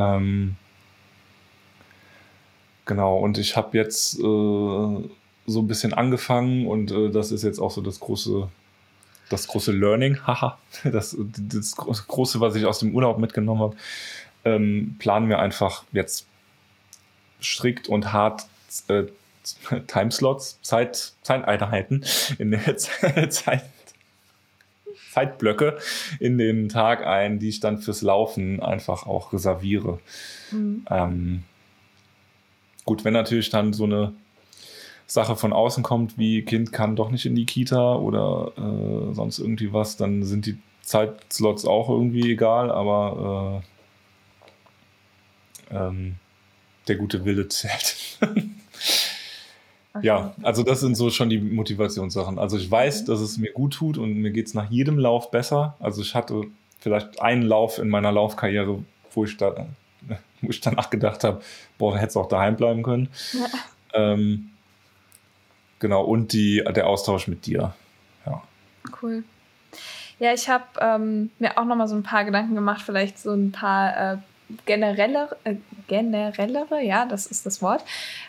Genau, und ich habe jetzt so ein bisschen angefangen und das ist jetzt auch so das große Learning, haha, das Große, was ich aus dem Urlaub mitgenommen habe. Planen wir einfach jetzt strikt und hart Timeslots, Zeiteinheiten in der Zeitblöcke in den Tag ein, die ich dann fürs Laufen einfach auch reserviere. Gut, wenn natürlich dann so eine Sache von außen kommt, wie Kind kann doch nicht in die Kita oder sonst irgendwie was, dann sind die Zeitslots auch irgendwie egal, aber der gute Wille zählt. Ja, also das sind so schon die Motivationssachen. Also ich weiß, dass es mir gut tut und mir geht es nach jedem Lauf besser. Also ich hatte vielleicht einen Lauf in meiner Laufkarriere, wo ich danach gedacht habe, boah, hätte es auch daheim bleiben können. Ja. Genau, und der Austausch mit dir. Ja. Cool. Ja, ich habe mir auch nochmal so ein paar Gedanken gemacht, vielleicht so ein paar generellere, ja, das ist das Wort,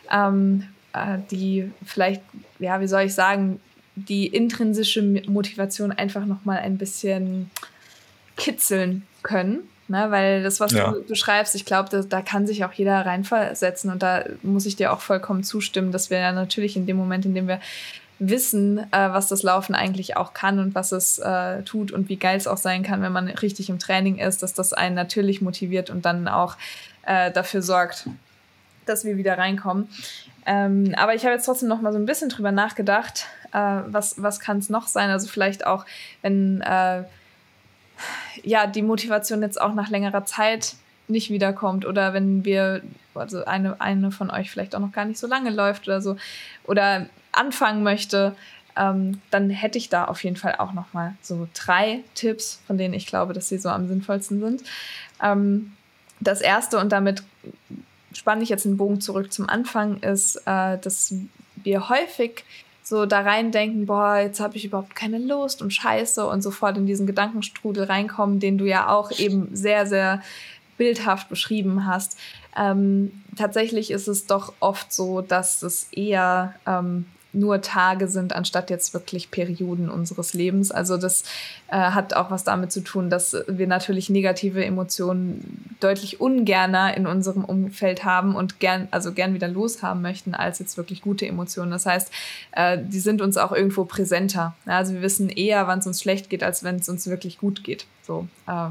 die vielleicht, ja, wie soll ich sagen, die intrinsische Motivation einfach nochmal ein bisschen kitzeln können. Ne? Weil das, was du schreibst, ich glaube, da kann sich auch jeder reinversetzen und da muss ich dir auch vollkommen zustimmen, dass wir ja natürlich in dem Moment, in dem wir wissen, was das Laufen eigentlich auch kann und was es tut und wie geil es auch sein kann, wenn man richtig im Training ist, dass das einen natürlich motiviert und dann auch dafür sorgt, dass wir wieder reinkommen. Aber ich habe jetzt trotzdem noch mal so ein bisschen drüber nachgedacht, was kann es noch sein? Also vielleicht auch, wenn die Motivation jetzt auch nach längerer Zeit nicht wiederkommt oder wenn also eine von euch vielleicht auch noch gar nicht so lange läuft oder so oder anfangen möchte, dann hätte ich da auf jeden Fall auch noch mal so 3 Tipps, von denen ich glaube, dass sie so am sinnvollsten sind. Das erste, und damit spanne ich jetzt den Bogen zurück zum Anfang, ist, dass wir häufig so da rein denken, boah, jetzt habe ich überhaupt keine Lust und scheiße und sofort in diesen Gedankenstrudel reinkommen, den du ja auch eben sehr, sehr bildhaft beschrieben hast. Tatsächlich ist es doch oft so, dass es eher nur Tage sind, anstatt jetzt wirklich Perioden unseres Lebens. Also das hat auch was damit zu tun, dass wir natürlich negative Emotionen deutlich ungerner in unserem Umfeld haben und gern wieder loshaben möchten, als jetzt wirklich gute Emotionen. Das heißt, die sind uns auch irgendwo präsenter. Also wir wissen eher, wann es uns schlecht geht, als wenn es uns wirklich gut geht. So,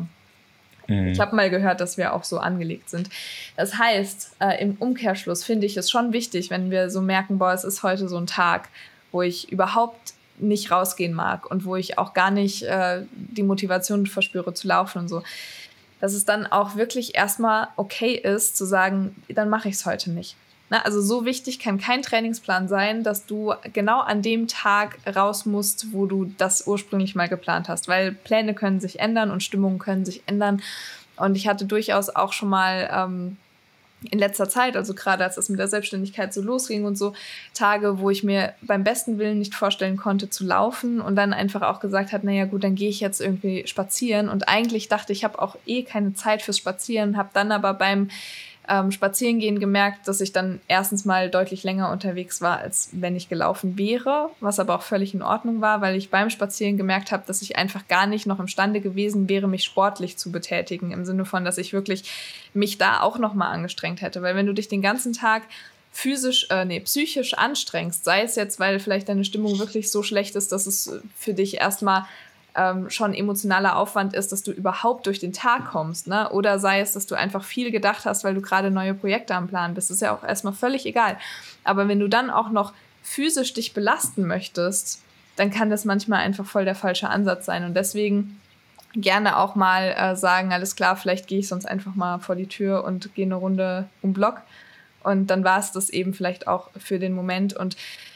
ich habe mal gehört, dass wir auch so angelegt sind. Das heißt, im Umkehrschluss finde ich es schon wichtig, wenn wir so merken, boah, es ist heute so ein Tag, wo ich überhaupt nicht rausgehen mag und wo ich auch gar nicht die Motivation verspüre zu laufen und so, dass es dann auch wirklich erstmal okay ist, zu sagen, dann mache ich es heute nicht. Na, also so wichtig kann kein Trainingsplan sein, dass du genau an dem Tag raus musst, wo du das ursprünglich mal geplant hast. Weil Pläne können sich ändern und Stimmungen können sich ändern. Und ich hatte durchaus auch schon mal in letzter Zeit, also gerade als das mit der Selbstständigkeit so losging und so, Tage, wo ich mir beim besten Willen nicht vorstellen konnte zu laufen und dann einfach auch gesagt habe, naja gut, dann gehe ich jetzt irgendwie spazieren. Und eigentlich dachte ich, habe auch keine Zeit fürs Spazieren, habe dann aber beim Spazierengehen gemerkt, dass ich dann erstens mal deutlich länger unterwegs war, als wenn ich gelaufen wäre, was aber auch völlig in Ordnung war, weil ich beim Spazieren gemerkt habe, dass ich einfach gar nicht noch imstande gewesen wäre, mich sportlich zu betätigen, im Sinne von, dass ich wirklich mich da auch noch mal angestrengt hätte, weil wenn du dich den ganzen Tag psychisch anstrengst, sei es jetzt, weil vielleicht deine Stimmung wirklich so schlecht ist, dass es für dich erstmal schon emotionaler Aufwand ist, dass du überhaupt durch den Tag kommst, ne? Oder sei es, dass du einfach viel gedacht hast, weil du gerade neue Projekte am Plan bist. Das ist ja auch erstmal völlig egal. Aber wenn du dann auch noch physisch dich belasten möchtest, dann kann das manchmal einfach voll der falsche Ansatz sein. Und deswegen gerne auch mal sagen, alles klar, vielleicht gehe ich sonst einfach mal vor die Tür und gehe eine Runde um den Block. Und dann war es das eben vielleicht auch für den Moment. Und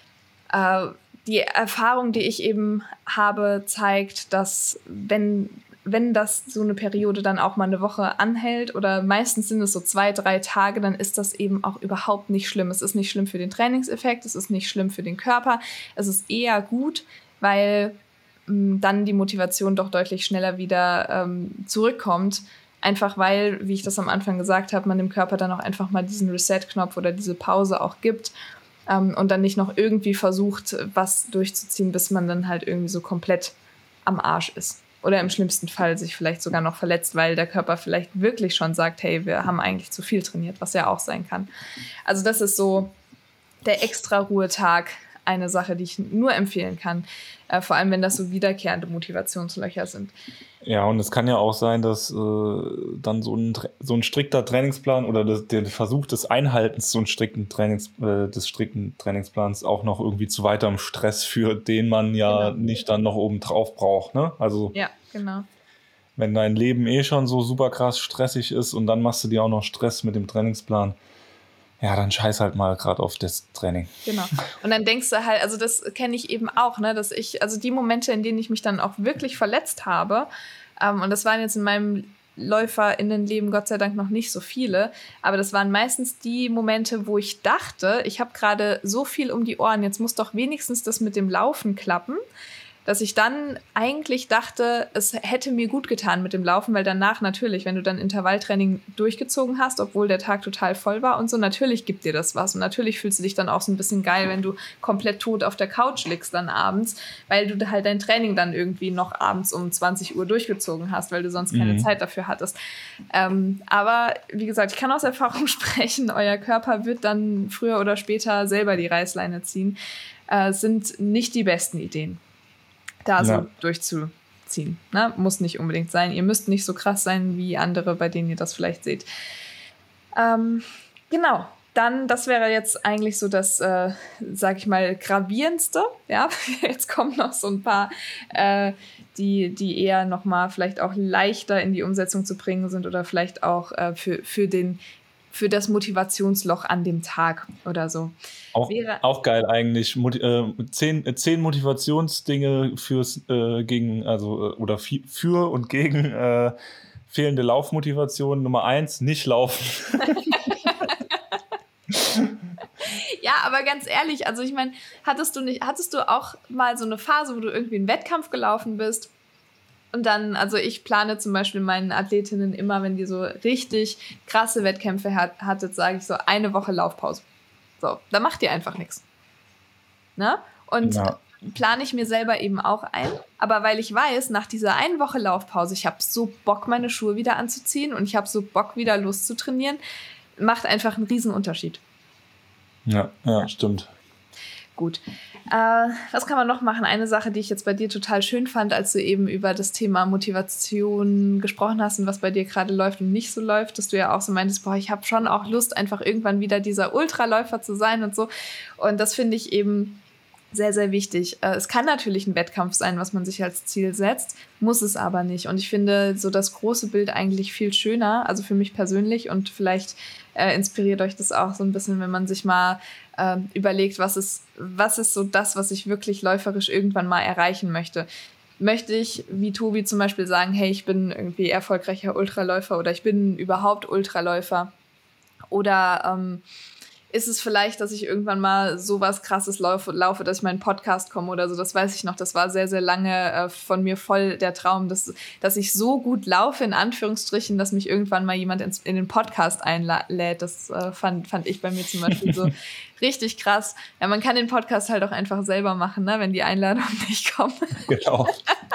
die Erfahrung, die ich eben habe, zeigt, dass wenn das so eine Periode dann auch mal eine Woche anhält oder meistens sind es so 2-3 Tage, dann ist das eben auch überhaupt nicht schlimm. Es ist nicht schlimm für den Trainingseffekt, es ist nicht schlimm für den Körper. Es ist eher gut, weil dann die Motivation doch deutlich schneller wieder zurückkommt. Einfach weil, wie ich das am Anfang gesagt habe, man dem Körper dann auch einfach mal diesen Reset-Knopf oder diese Pause auch gibt. Und dann nicht noch irgendwie versucht, was durchzuziehen, bis man dann halt irgendwie so komplett am Arsch ist. Oder im schlimmsten Fall sich vielleicht sogar noch verletzt, weil der Körper vielleicht wirklich schon sagt, hey, wir haben eigentlich zu viel trainiert, was ja auch sein kann. Also das ist so der extra Ruhetag, eine Sache, die ich nur empfehlen kann. Vor allem, wenn das so wiederkehrende Motivationslöcher sind. Ja, und es kann ja auch sein, dass dann so ein strikter Trainingsplan oder der Versuch des Einhaltens des strikten Trainingsplans auch noch irgendwie zu weiterem Stress führt, den man ja nicht dann noch oben drauf braucht. Ne? Also ja, genau. Wenn dein Leben schon so super krass stressig ist und dann machst du dir auch noch Stress mit dem Trainingsplan, ja, dann scheiß halt mal gerade auf das Training. Genau. Und dann denkst du halt, also das kenne ich eben auch, ne, dass also die Momente, in denen ich mich dann auch wirklich verletzt habe, und das waren jetzt in meinem LäuferInnenleben Gott sei Dank noch nicht so viele, aber das waren meistens die Momente, wo ich dachte, ich habe gerade so viel um die Ohren, jetzt muss doch wenigstens das mit dem Laufen klappen. dass ich dann eigentlich dachte, es hätte mir gut getan mit dem Laufen, weil danach natürlich, wenn du dann Intervalltraining durchgezogen hast, obwohl der Tag total voll war und so, natürlich gibt dir das was. Und natürlich fühlst du dich dann auch so ein bisschen geil, wenn du komplett tot auf der Couch liegst dann abends, weil du halt dein Training dann irgendwie noch abends um 20 Uhr durchgezogen hast, weil du sonst keine Zeit dafür hattest. Aber wie gesagt, ich kann aus Erfahrung sprechen, euer Körper wird dann früher oder später selber die Reißleine ziehen. Sind nicht die besten Ideen, da so durchzuziehen. Ne? Muss nicht unbedingt sein. Ihr müsst nicht so krass sein wie andere, bei denen ihr das vielleicht seht. Genau. Dann, das wäre jetzt eigentlich so das, sag ich mal, gravierendste. Ja, jetzt kommen noch so ein paar, die eher nochmal vielleicht auch leichter in die Umsetzung zu bringen sind oder vielleicht auch für das Motivationsloch an dem Tag oder so. Auch geil eigentlich. 10 Motivationsdinge fürs gegen, also oder für und gegen fehlende Laufmotivation. Nummer 1, nicht laufen. Ja, aber ganz ehrlich, also ich meine, hattest du auch mal so eine Phase, wo du irgendwie einen Wettkampf gelaufen bist? Und dann, also ich plane zum Beispiel meinen Athletinnen immer, wenn die so richtig krasse Wettkämpfe hattet, sage ich so, 1 Woche Laufpause. So, da macht ihr einfach nichts. Ne? Und plane ich mir selber eben auch ein. Aber weil ich weiß, nach dieser 1 Woche Laufpause, ich habe so Bock, meine Schuhe wieder anzuziehen und ich habe so Bock, wieder loszutrainieren, macht einfach einen riesen Unterschied. Ja, stimmt. Gut. Was kann man noch machen? Eine Sache, die ich jetzt bei dir total schön fand, als du eben über das Thema Motivation gesprochen hast und was bei dir gerade läuft und nicht so läuft, dass du ja auch so meintest, boah, ich habe schon auch Lust, einfach irgendwann wieder dieser Ultraläufer zu sein und so. Und das finde ich eben sehr, sehr wichtig. Es kann natürlich ein Wettkampf sein, was man sich als Ziel setzt, muss es aber nicht. Und ich finde so das große Bild eigentlich viel schöner, also für mich persönlich, und vielleicht inspiriert euch das auch so ein bisschen, wenn man sich mal überlegt, was ist so das, was ich wirklich läuferisch irgendwann mal erreichen möchte. Möchte ich, wie Tobi zum Beispiel, sagen, hey, ich bin irgendwie erfolgreicher Ultraläufer oder ich bin überhaupt Ultraläufer? Oder ist es vielleicht, dass ich irgendwann mal sowas Krasses laufe, dass ich mal in einen Podcast komme oder so? Das weiß ich noch. Das war sehr, sehr lange von mir voll der Traum, dass ich so gut laufe, in Anführungsstrichen, dass mich irgendwann mal jemand in den Podcast einlädt. Das fand ich bei mir zum Beispiel so richtig krass. Ja, man kann den Podcast halt auch einfach selber machen, ne, wenn die Einladung nicht kommt. Genau.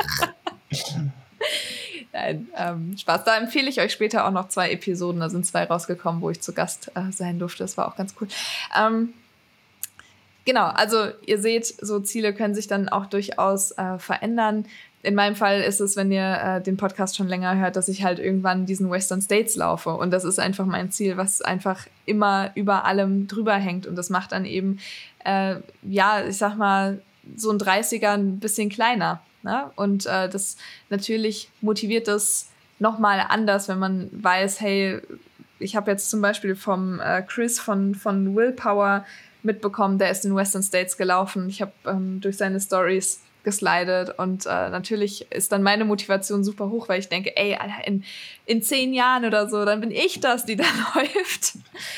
Nein, Spaß. Da empfehle ich euch später auch noch 2 Episoden. Da sind 2 rausgekommen, wo ich zu Gast sein durfte. Das war auch ganz cool. Genau, also ihr seht, so Ziele können sich dann auch durchaus verändern. In meinem Fall ist es, wenn ihr den Podcast schon länger hört, dass ich halt irgendwann diesen Western States laufe. Und das ist einfach mein Ziel, was einfach immer über allem drüber hängt. Und das macht dann eben, ich sag mal, so ein 30er ein bisschen kleiner. Ne? Und das natürlich motiviert das nochmal anders, wenn man weiß, hey, ich habe jetzt zum Beispiel vom Chris von Willpower mitbekommen, der ist in Western States gelaufen. Ich habe durch seine Stories geslidet und natürlich ist dann meine Motivation super hoch, weil ich denke, ey, Alter, in 10 Jahren oder so, dann bin ich das, die da läuft.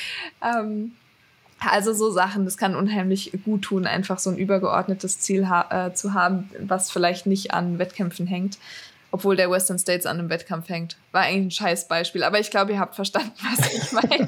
Also so Sachen, das kann unheimlich gut tun, einfach so ein übergeordnetes Ziel zu haben, was vielleicht nicht an Wettkämpfen hängt, obwohl der Western States an einem Wettkampf hängt. War eigentlich ein scheiß Beispiel, aber ich glaube, ihr habt verstanden, was ich meine.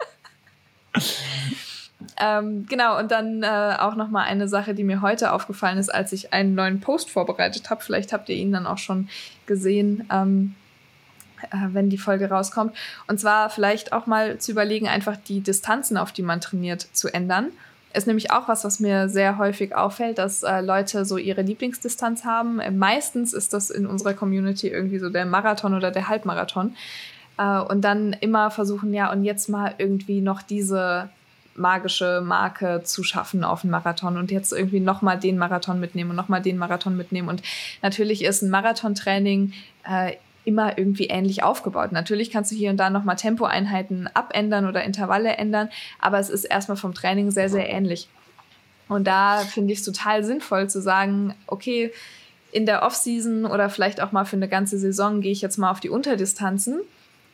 Genau, und dann auch nochmal eine Sache, die mir heute aufgefallen ist, als ich einen neuen Post vorbereitet habe. Vielleicht habt ihr ihn dann auch schon gesehen, wenn die Folge rauskommt. Und zwar vielleicht auch mal zu überlegen, einfach die Distanzen, auf die man trainiert, zu ändern. Ist nämlich auch was mir sehr häufig auffällt, dass Leute so ihre Lieblingsdistanz haben. Meistens ist das in unserer Community irgendwie so der Marathon oder der Halbmarathon. Und dann immer versuchen, ja, und jetzt mal irgendwie noch diese magische Marke zu schaffen auf einen Marathon und jetzt irgendwie nochmal den Marathon mitnehmen und nochmal den Marathon mitnehmen. Und natürlich ist ein Marathontraining immer irgendwie ähnlich aufgebaut. Natürlich kannst du hier und da nochmal Tempoeinheiten abändern oder Intervalle ändern, aber es ist erstmal vom Training sehr, sehr ähnlich. Und da finde ich es total sinnvoll zu sagen, okay, in der Offseason oder vielleicht auch mal für eine ganze Saison gehe ich jetzt mal auf die Unterdistanzen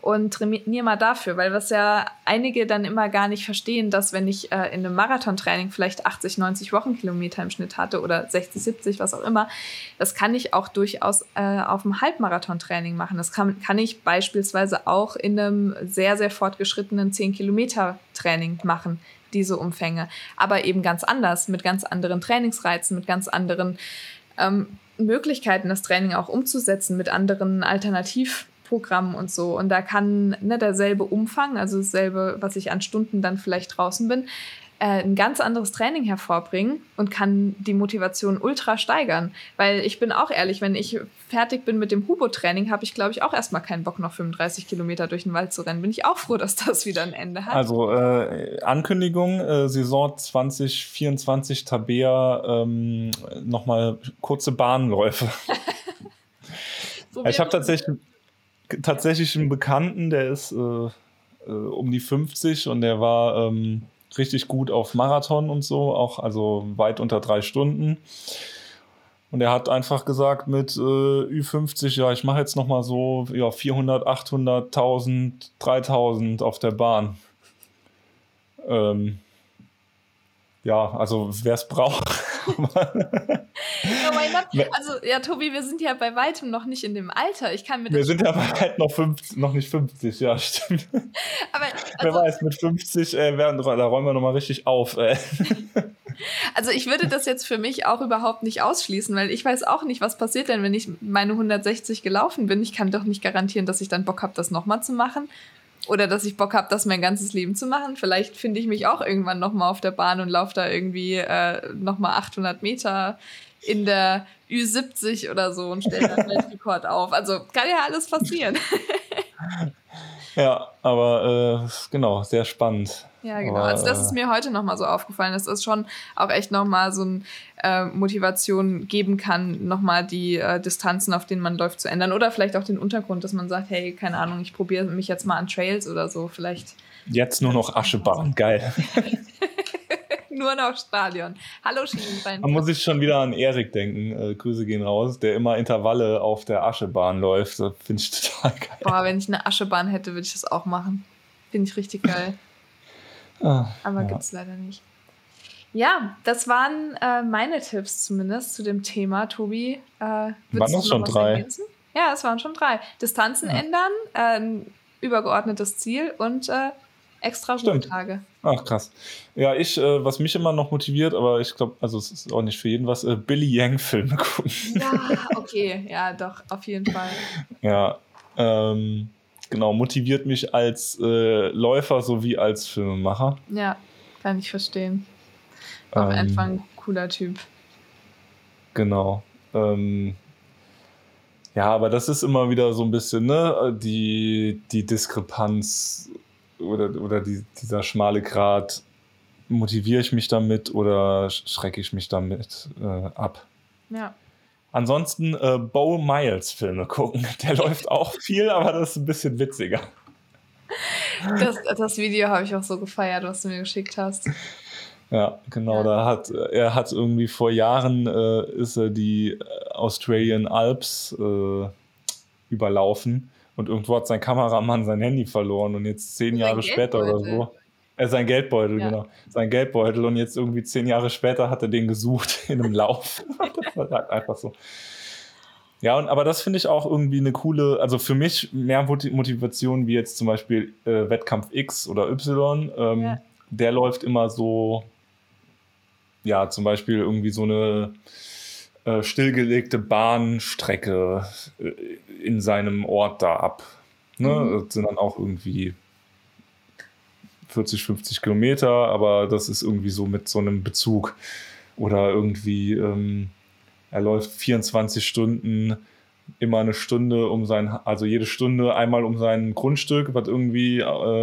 und trainiere mal dafür, weil was ja einige dann immer gar nicht verstehen, dass wenn ich in einem Marathontraining vielleicht 80, 90 Wochenkilometer im Schnitt hatte oder 60, 70, was auch immer, das kann ich auch durchaus auf einem Halbmarathontraining machen. Das kann ich beispielsweise auch in einem sehr, sehr fortgeschrittenen 10-Kilometer-Training machen, diese Umfänge. Aber eben ganz anders, mit ganz anderen Trainingsreizen, mit ganz anderen Möglichkeiten, das Training auch umzusetzen, mit anderen Alternativprogrammen und so. Und da kann derselbe Umfang, also dasselbe, was ich an Stunden dann vielleicht draußen bin, ein ganz anderes Training hervorbringen und kann die Motivation ultra steigern. Weil ich bin auch ehrlich, wenn ich fertig bin mit dem Hubo-Training, habe ich, glaube ich, auch erstmal keinen Bock, noch 35 Kilometer durch den Wald zu rennen. Bin ich auch froh, dass das wieder ein Ende hat. Also Ankündigung, Saison 2024 Tabea, nochmal kurze Bahnläufe. Ich habe tatsächlich einen Bekannten, der ist um die 50 und der war richtig gut auf Marathon und so, auch also weit unter 3 Stunden. Und er hat einfach gesagt mit Ü50, ja, ich mache jetzt nochmal so 400, 800, 1000, 3000 auf der Bahn. Ja, also wer es braucht. Oh mein Gott. Also, ja, Tobi, wir sind ja bei weitem noch nicht in dem Alter. Wir sind ja bei weitem noch nicht 50, ja, stimmt. Aber, wer weiß, mit 50, da räumen wir nochmal richtig auf. Also ich würde das jetzt für mich auch überhaupt nicht ausschließen, weil ich weiß auch nicht, was passiert denn, wenn ich meine 160 gelaufen bin. Ich kann doch nicht garantieren, dass ich dann Bock habe, das nochmal zu machen. Oder dass ich Bock habe, das mein ganzes Leben zu machen. Vielleicht finde ich mich auch irgendwann nochmal auf der Bahn und laufe da irgendwie nochmal 800 Meter in der Ü70 oder so und stelle dann Weltrekord auf. Also kann ja alles passieren. Ja, aber genau, sehr spannend. Ja, genau. Also das ist mir heute nochmal so aufgefallen, dass es schon auch echt nochmal so eine Motivation geben kann, nochmal die Distanzen, auf denen man läuft, zu ändern. Oder vielleicht auch den Untergrund, dass man sagt, hey, keine Ahnung, ich probiere mich jetzt mal an Trails oder so. Vielleicht. Jetzt nur noch Aschebahn, geil. Nur noch Stadion. Hallo Schienenbein. Da muss ich schon wieder an Erik denken. Grüße gehen raus, der immer Intervalle auf der Aschebahn läuft. Das finde ich total geil. Boah, wenn ich eine Aschebahn hätte, würde ich das auch machen. Finde ich richtig geil. Aber gibt es leider nicht. Ja, das waren meine Tipps zumindest zu dem Thema, Tobi. Waren das schon 3? Ergänzen? Ja, es waren schon 3. Distanzen ändern, ein übergeordnetes Ziel und extra Ruhetage. Ach, krass. Ja, was mich immer noch motiviert, aber ich glaube, also es ist auch nicht für jeden was, Billy Yang-Filme gucken. Ja, okay. Ja, doch, auf jeden Fall. Ja, genau, motiviert mich als Läufer sowie als Filmemacher. Ja, kann ich verstehen. Auch einfach ein cooler Typ. Genau. Ja, aber das ist immer wieder so ein bisschen, ne, die Diskrepanz oder dieser schmale Grat. Motiviere ich mich damit oder schrecke ich mich damit ab? Ja. Ansonsten Bo Miles Filme gucken. Der läuft auch viel, aber das ist ein bisschen witziger. Das Video habe ich auch so gefeiert, was du mir geschickt hast. Ja, genau. Ja. Er hat irgendwie vor Jahren ist er die Australian Alps überlaufen und irgendwo hat sein Kameramann sein Handy verloren und jetzt 10 Jahre später oder so. Sein Geldbeutel, ja. Genau. Sein Geldbeutel und jetzt irgendwie 10 Jahre später hat er den gesucht in einem Lauf. Das war halt einfach so. Ja, aber das finde ich auch irgendwie eine coole, also für mich mehr Motivation wie jetzt zum Beispiel Wettkampf X oder Y. Der läuft immer so, ja, zum Beispiel irgendwie so eine stillgelegte Bahnstrecke in seinem Ort da ab. Ne? Das sind dann auch irgendwie 40, 50 Kilometer, aber das ist irgendwie so mit so einem Bezug. Oder irgendwie, er läuft 24 Stunden, immer eine Stunde also jede Stunde einmal um sein Grundstück, was irgendwie,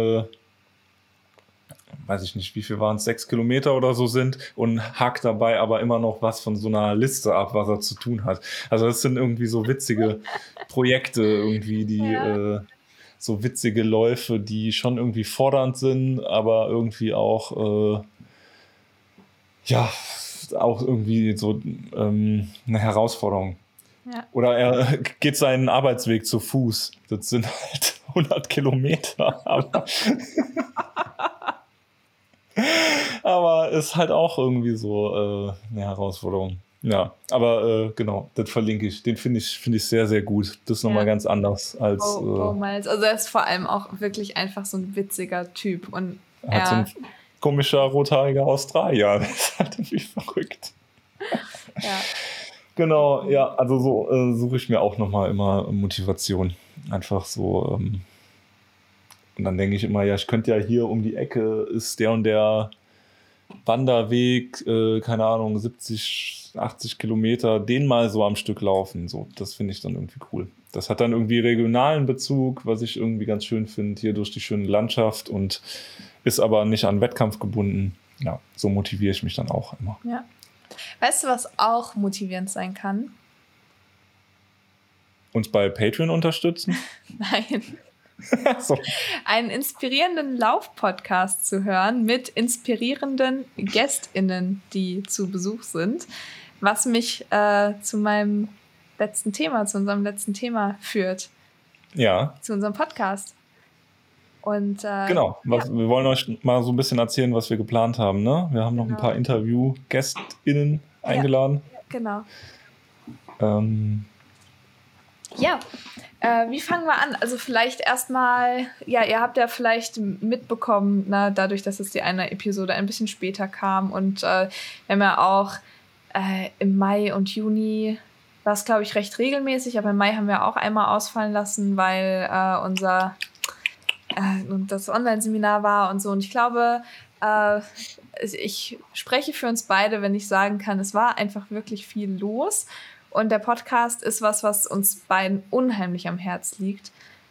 weiß ich nicht, wie viel waren es, 6 Kilometer oder so sind und hakt dabei aber immer noch was von so einer Liste ab, was er zu tun hat. Also das sind irgendwie so witzige Projekte irgendwie, die so witzige Läufe, die schon irgendwie fordernd sind, aber irgendwie auch auch irgendwie so eine Herausforderung. Ja. Oder er geht seinen Arbeitsweg zu Fuß. Das sind halt 100 Kilometer. Aber ist halt auch irgendwie so eine Herausforderung. Ja, aber genau, das verlinke ich. Den finde ich sehr, sehr gut. Das ist nochmal ganz anders als... Miles. Also er ist vor allem auch wirklich einfach so ein witziger Typ. Und hat so ein komischer, rothaariger Australier. Das ist halt irgendwie verrückt. Ja. Genau, ja, also so suche ich mir auch nochmal immer Motivation. Einfach so... und dann denke ich immer, ja, ich könnte ja hier um die Ecke ist der und der Wanderweg, keine Ahnung, 70, 80 Kilometer, den mal so am Stück laufen. So, das finde ich dann irgendwie cool. Das hat dann irgendwie regionalen Bezug, was ich irgendwie ganz schön finde, hier durch die schöne Landschaft und ist aber nicht an Wettkampf gebunden. Ja, so motiviere ich mich dann auch immer. Ja. Weißt du, was auch motivierend sein kann? Uns bei Patreon unterstützen? Nein. So. Einen inspirierenden Lauf-Podcast zu hören mit inspirierenden GästInnen, die zu Besuch sind, was mich zu unserem letzten Thema führt. Ja. Zu unserem Podcast. Und, genau, wir wollen euch mal so ein bisschen erzählen, was wir geplant haben. Ne? Wir haben noch ein paar Interview-GästInnen eingeladen. Ja, genau. Ja, wie fangen wir an? Also vielleicht erstmal, ja, ihr habt ja vielleicht mitbekommen, ne, dadurch, dass es die eine Episode ein bisschen später kam und wir haben ja auch im Mai und Juni, war es glaube ich recht regelmäßig, aber im Mai haben wir auch einmal ausfallen lassen, weil das Online-Seminar war und so. Und ich glaube, ich spreche für uns beide, wenn ich sagen kann, es war einfach wirklich viel los. Und der Podcast ist was uns beiden unheimlich am Herz liegt.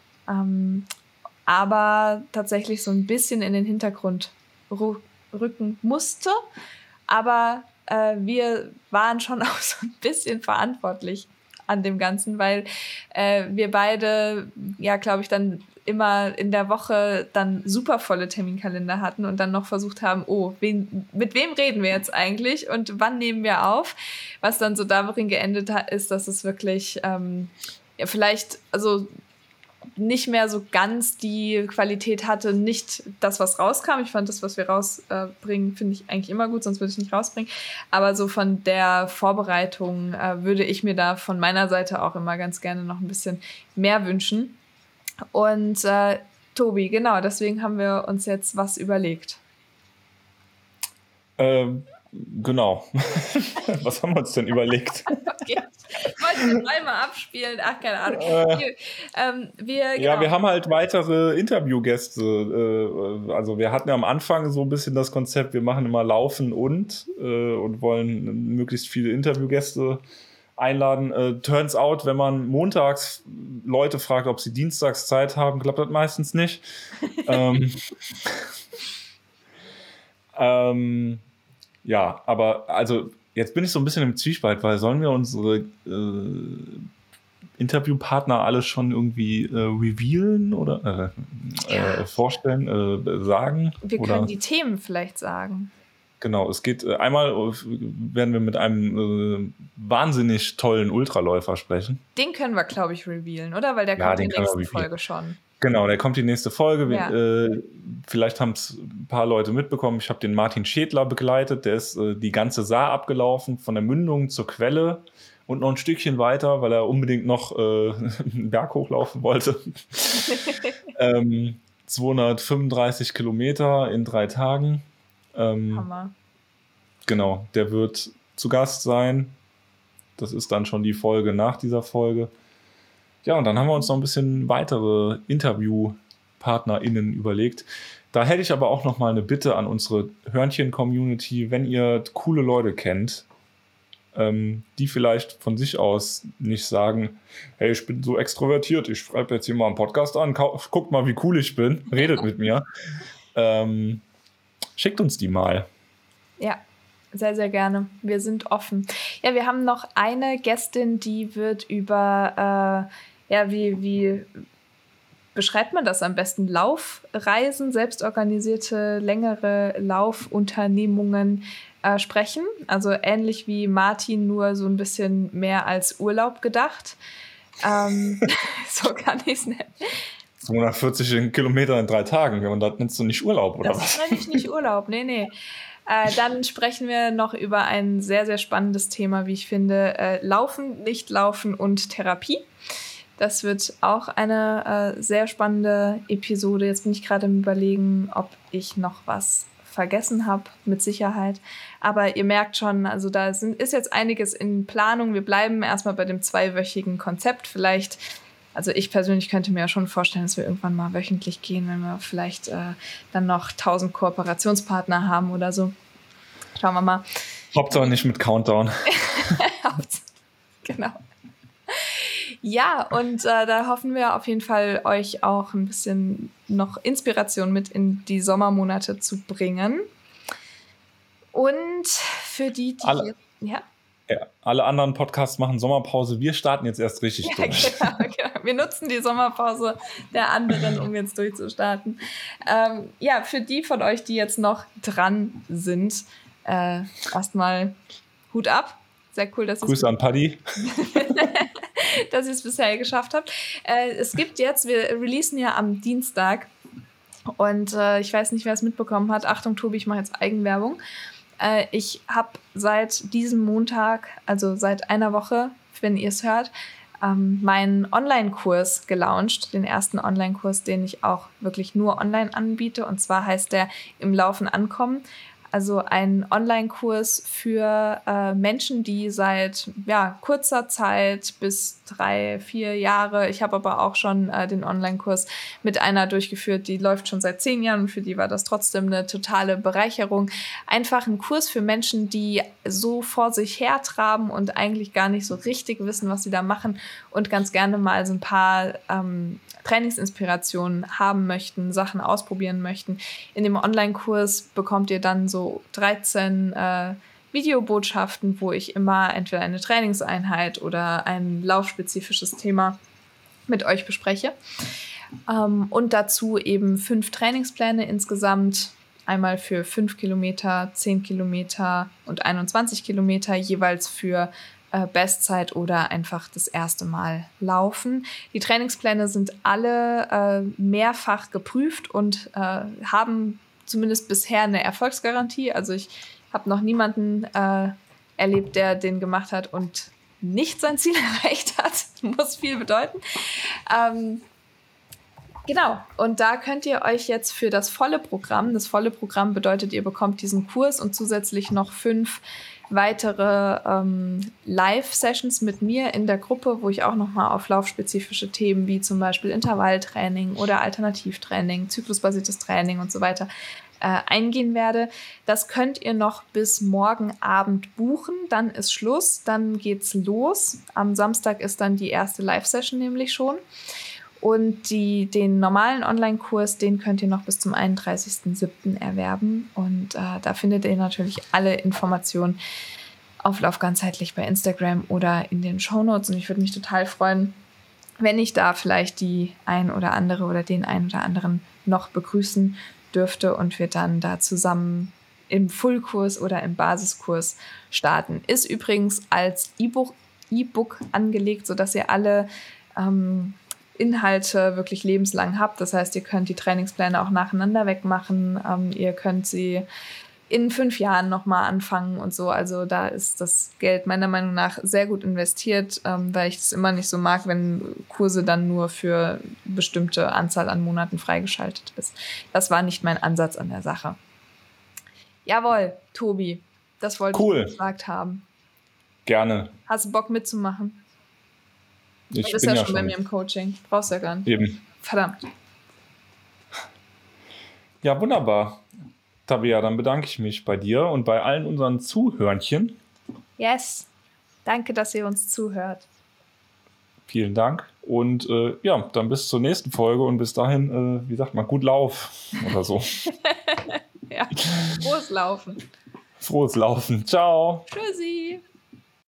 Aber tatsächlich so ein bisschen in den Hintergrund rücken musste. Aber wir waren schon auch so ein bisschen verantwortlich an dem Ganzen, weil wir beide, ja, glaube ich, dann immer in der Woche dann super volle Terminkalender hatten und dann noch versucht haben, mit wem reden wir jetzt eigentlich und wann nehmen wir auf? Was dann so darin geendet hat, ist, dass es wirklich vielleicht, also nicht mehr so ganz die Qualität hatte, nicht das, was rauskam. Ich fand das, was wir rausbringen, finde ich eigentlich immer gut, sonst würde ich nicht rausbringen. Aber so von der Vorbereitung würde ich mir da von meiner Seite auch immer ganz gerne noch ein bisschen mehr wünschen. Und Tobi, genau, deswegen haben wir uns jetzt was überlegt. Genau. Was haben wir uns denn überlegt? Okay. Ich wollte das einmal abspielen. Ach, keine Ahnung. Wir haben halt weitere Interviewgäste. Also wir hatten ja am Anfang so ein bisschen das Konzept, wir machen immer Laufen und wollen möglichst viele Interviewgäste einladen. Turns out, wenn man montags Leute fragt, ob sie dienstags Zeit haben, klappt das meistens nicht. Ja, aber also jetzt bin ich so ein bisschen im Zwiespalt, weil sollen wir unsere Interviewpartner alle schon irgendwie revealen oder vorstellen, sagen? Wir können die Themen vielleicht sagen. Genau, es geht einmal werden wir mit einem wahnsinnig tollen Ultraläufer sprechen. Den können wir, glaube ich, revealen, oder? Weil der kommt in der nächsten Folge schon. Genau, der kommt die nächste Folge. Ja. Vielleicht haben es ein paar Leute mitbekommen. Ich habe den Martin Schädler begleitet. Der ist die ganze Saar abgelaufen, von der Mündung zur Quelle und noch ein Stückchen weiter, weil er unbedingt noch einen Berg hochlaufen wollte. 235 Kilometer in 3 Tagen. Hammer. Genau, der wird zu Gast sein. Das ist dann schon die Folge nach dieser Folge. Ja, und dann haben wir uns noch ein bisschen weitere InterviewpartnerInnen überlegt. Da hätte ich aber auch noch mal eine Bitte an unsere Hörnchen-Community, wenn ihr coole Leute kennt, die vielleicht von sich aus nicht sagen, hey, ich bin so extrovertiert, ich schreibe jetzt hier mal einen Podcast an, guckt mal, wie cool ich bin, redet mit mir. Schickt uns die mal. Ja, sehr, sehr gerne. Wir sind offen. Ja, wir haben noch eine Gästin, die wird über, wie beschreibt man das am besten? Laufreisen, selbstorganisierte, längere Laufunternehmungen sprechen. Also ähnlich wie Martin, nur so ein bisschen mehr als Urlaub gedacht. So kann ich es nennen. 240 Kilometer in 3 Tagen. Und das nennst du nicht Urlaub, oder was? Das nenne ich nicht Urlaub, nee. Dann sprechen wir noch über ein sehr, sehr spannendes Thema, wie ich finde. Laufen, Nicht-Laufen und Therapie. Das wird auch eine sehr spannende Episode. Jetzt bin ich gerade im Überlegen, ob ich noch was vergessen habe, mit Sicherheit. Aber ihr merkt schon, also da ist jetzt einiges in Planung. Wir bleiben erstmal bei dem 2-wöchigen Konzept. Vielleicht, also ich persönlich könnte mir ja schon vorstellen, dass wir irgendwann mal wöchentlich gehen, wenn wir vielleicht dann noch 1000 Kooperationspartner haben oder so. Schauen wir mal. Hauptsache nicht mit Countdown. Genau. Ja, und da hoffen wir auf jeden Fall, euch auch ein bisschen noch Inspiration mit in die Sommermonate zu bringen. Und für die Ja, alle anderen Podcasts machen Sommerpause. Wir starten jetzt erst richtig durch. Genau. Wir nutzen die Sommerpause der anderen, um jetzt durchzustarten. Für die von euch, die jetzt noch dran sind, erstmal Hut ab. Sehr cool, dass Grüße an Paddy. dass ihr es bisher geschafft habt. Es gibt jetzt, wir releasen ja am Dienstag und ich weiß nicht, wer es mitbekommen hat. Achtung, Tobi, ich mache jetzt Eigenwerbung. Ich habe seit diesem Montag, also seit einer Woche, wenn ihr es hört, meinen Online-Kurs gelauncht, den ersten Online-Kurs, den ich auch wirklich nur online anbiete. Und zwar heißt der Im Laufen ankommen. Also ein Online-Kurs für Menschen, die seit kurzer Zeit bis 3-4 Jahre, ich habe aber auch schon den Online-Kurs mit einer durchgeführt, die läuft schon seit 10 Jahren und für die war das trotzdem eine totale Bereicherung. Einfach ein Kurs für Menschen, die so vor sich hertraben und eigentlich gar nicht so richtig wissen, was sie da machen und ganz gerne mal so ein paar Trainingsinspirationen haben möchten, Sachen ausprobieren möchten. In dem Online-Kurs bekommt ihr dann so 13 Videobotschaften, wo ich immer entweder eine Trainingseinheit oder ein laufspezifisches Thema mit euch bespreche. Und dazu eben 5 Trainingspläne insgesamt. Einmal für 5 Kilometer, 10 Kilometer und 21 Kilometer, jeweils für Bestzeit oder einfach das erste Mal laufen. Die Trainingspläne sind alle mehrfach geprüft und haben zumindest bisher eine Erfolgsgarantie. Also ich habe noch niemanden erlebt, der den gemacht hat und nicht sein Ziel erreicht hat. Muss viel bedeuten. Genau, und da könnt ihr euch jetzt für das volle Programm bedeutet, ihr bekommt diesen Kurs und zusätzlich noch 5 weitere Live-Sessions mit mir in der Gruppe, wo ich auch nochmal auf laufspezifische Themen wie zum Beispiel Intervalltraining oder Alternativtraining, zyklusbasiertes Training und so weiter eingehen werde. Das könnt ihr noch bis morgen Abend buchen, dann ist Schluss, dann geht's los. Am Samstag ist dann die erste Live-Session nämlich schon. Und den normalen Online-Kurs, den könnt ihr noch bis zum 31.07. erwerben. Und da findet ihr natürlich alle Informationen auf Lauf ganzheitlich bei Instagram oder in den Shownotes. Und ich würde mich total freuen, wenn ich da vielleicht die ein oder andere oder den einen oder anderen noch begrüßen dürfte und wir dann da zusammen im Fullkurs oder im Basiskurs starten. Ist übrigens als E-Book angelegt, sodass ihr alle Inhalte wirklich lebenslang habt. Das heißt, ihr könnt die Trainingspläne auch nacheinander wegmachen. Ihr könnt sie in 5 Jahren nochmal anfangen und so. Also da ist das Geld meiner Meinung nach sehr gut investiert, weil ich es immer nicht so mag, wenn Kurse dann nur für bestimmte Anzahl an Monaten freigeschaltet ist. Das war nicht mein Ansatz an der Sache. Jawohl, Tobi, das wollte ich gesagt haben. Gerne. Hast du Bock mitzumachen? Du bist ja schon bei mir im Coaching. Brauchst ja gar nicht. Eben. Verdammt. Ja, wunderbar. Tabea, dann bedanke ich mich bei dir und bei allen unseren Zuhörnchen. Yes. Danke, dass ihr uns zuhört. Vielen Dank. Und dann bis zur nächsten Folge und bis dahin, wie sagt man, gut Lauf oder so. Ja, frohes Laufen. Frohes Laufen. Ciao. Tschüssi.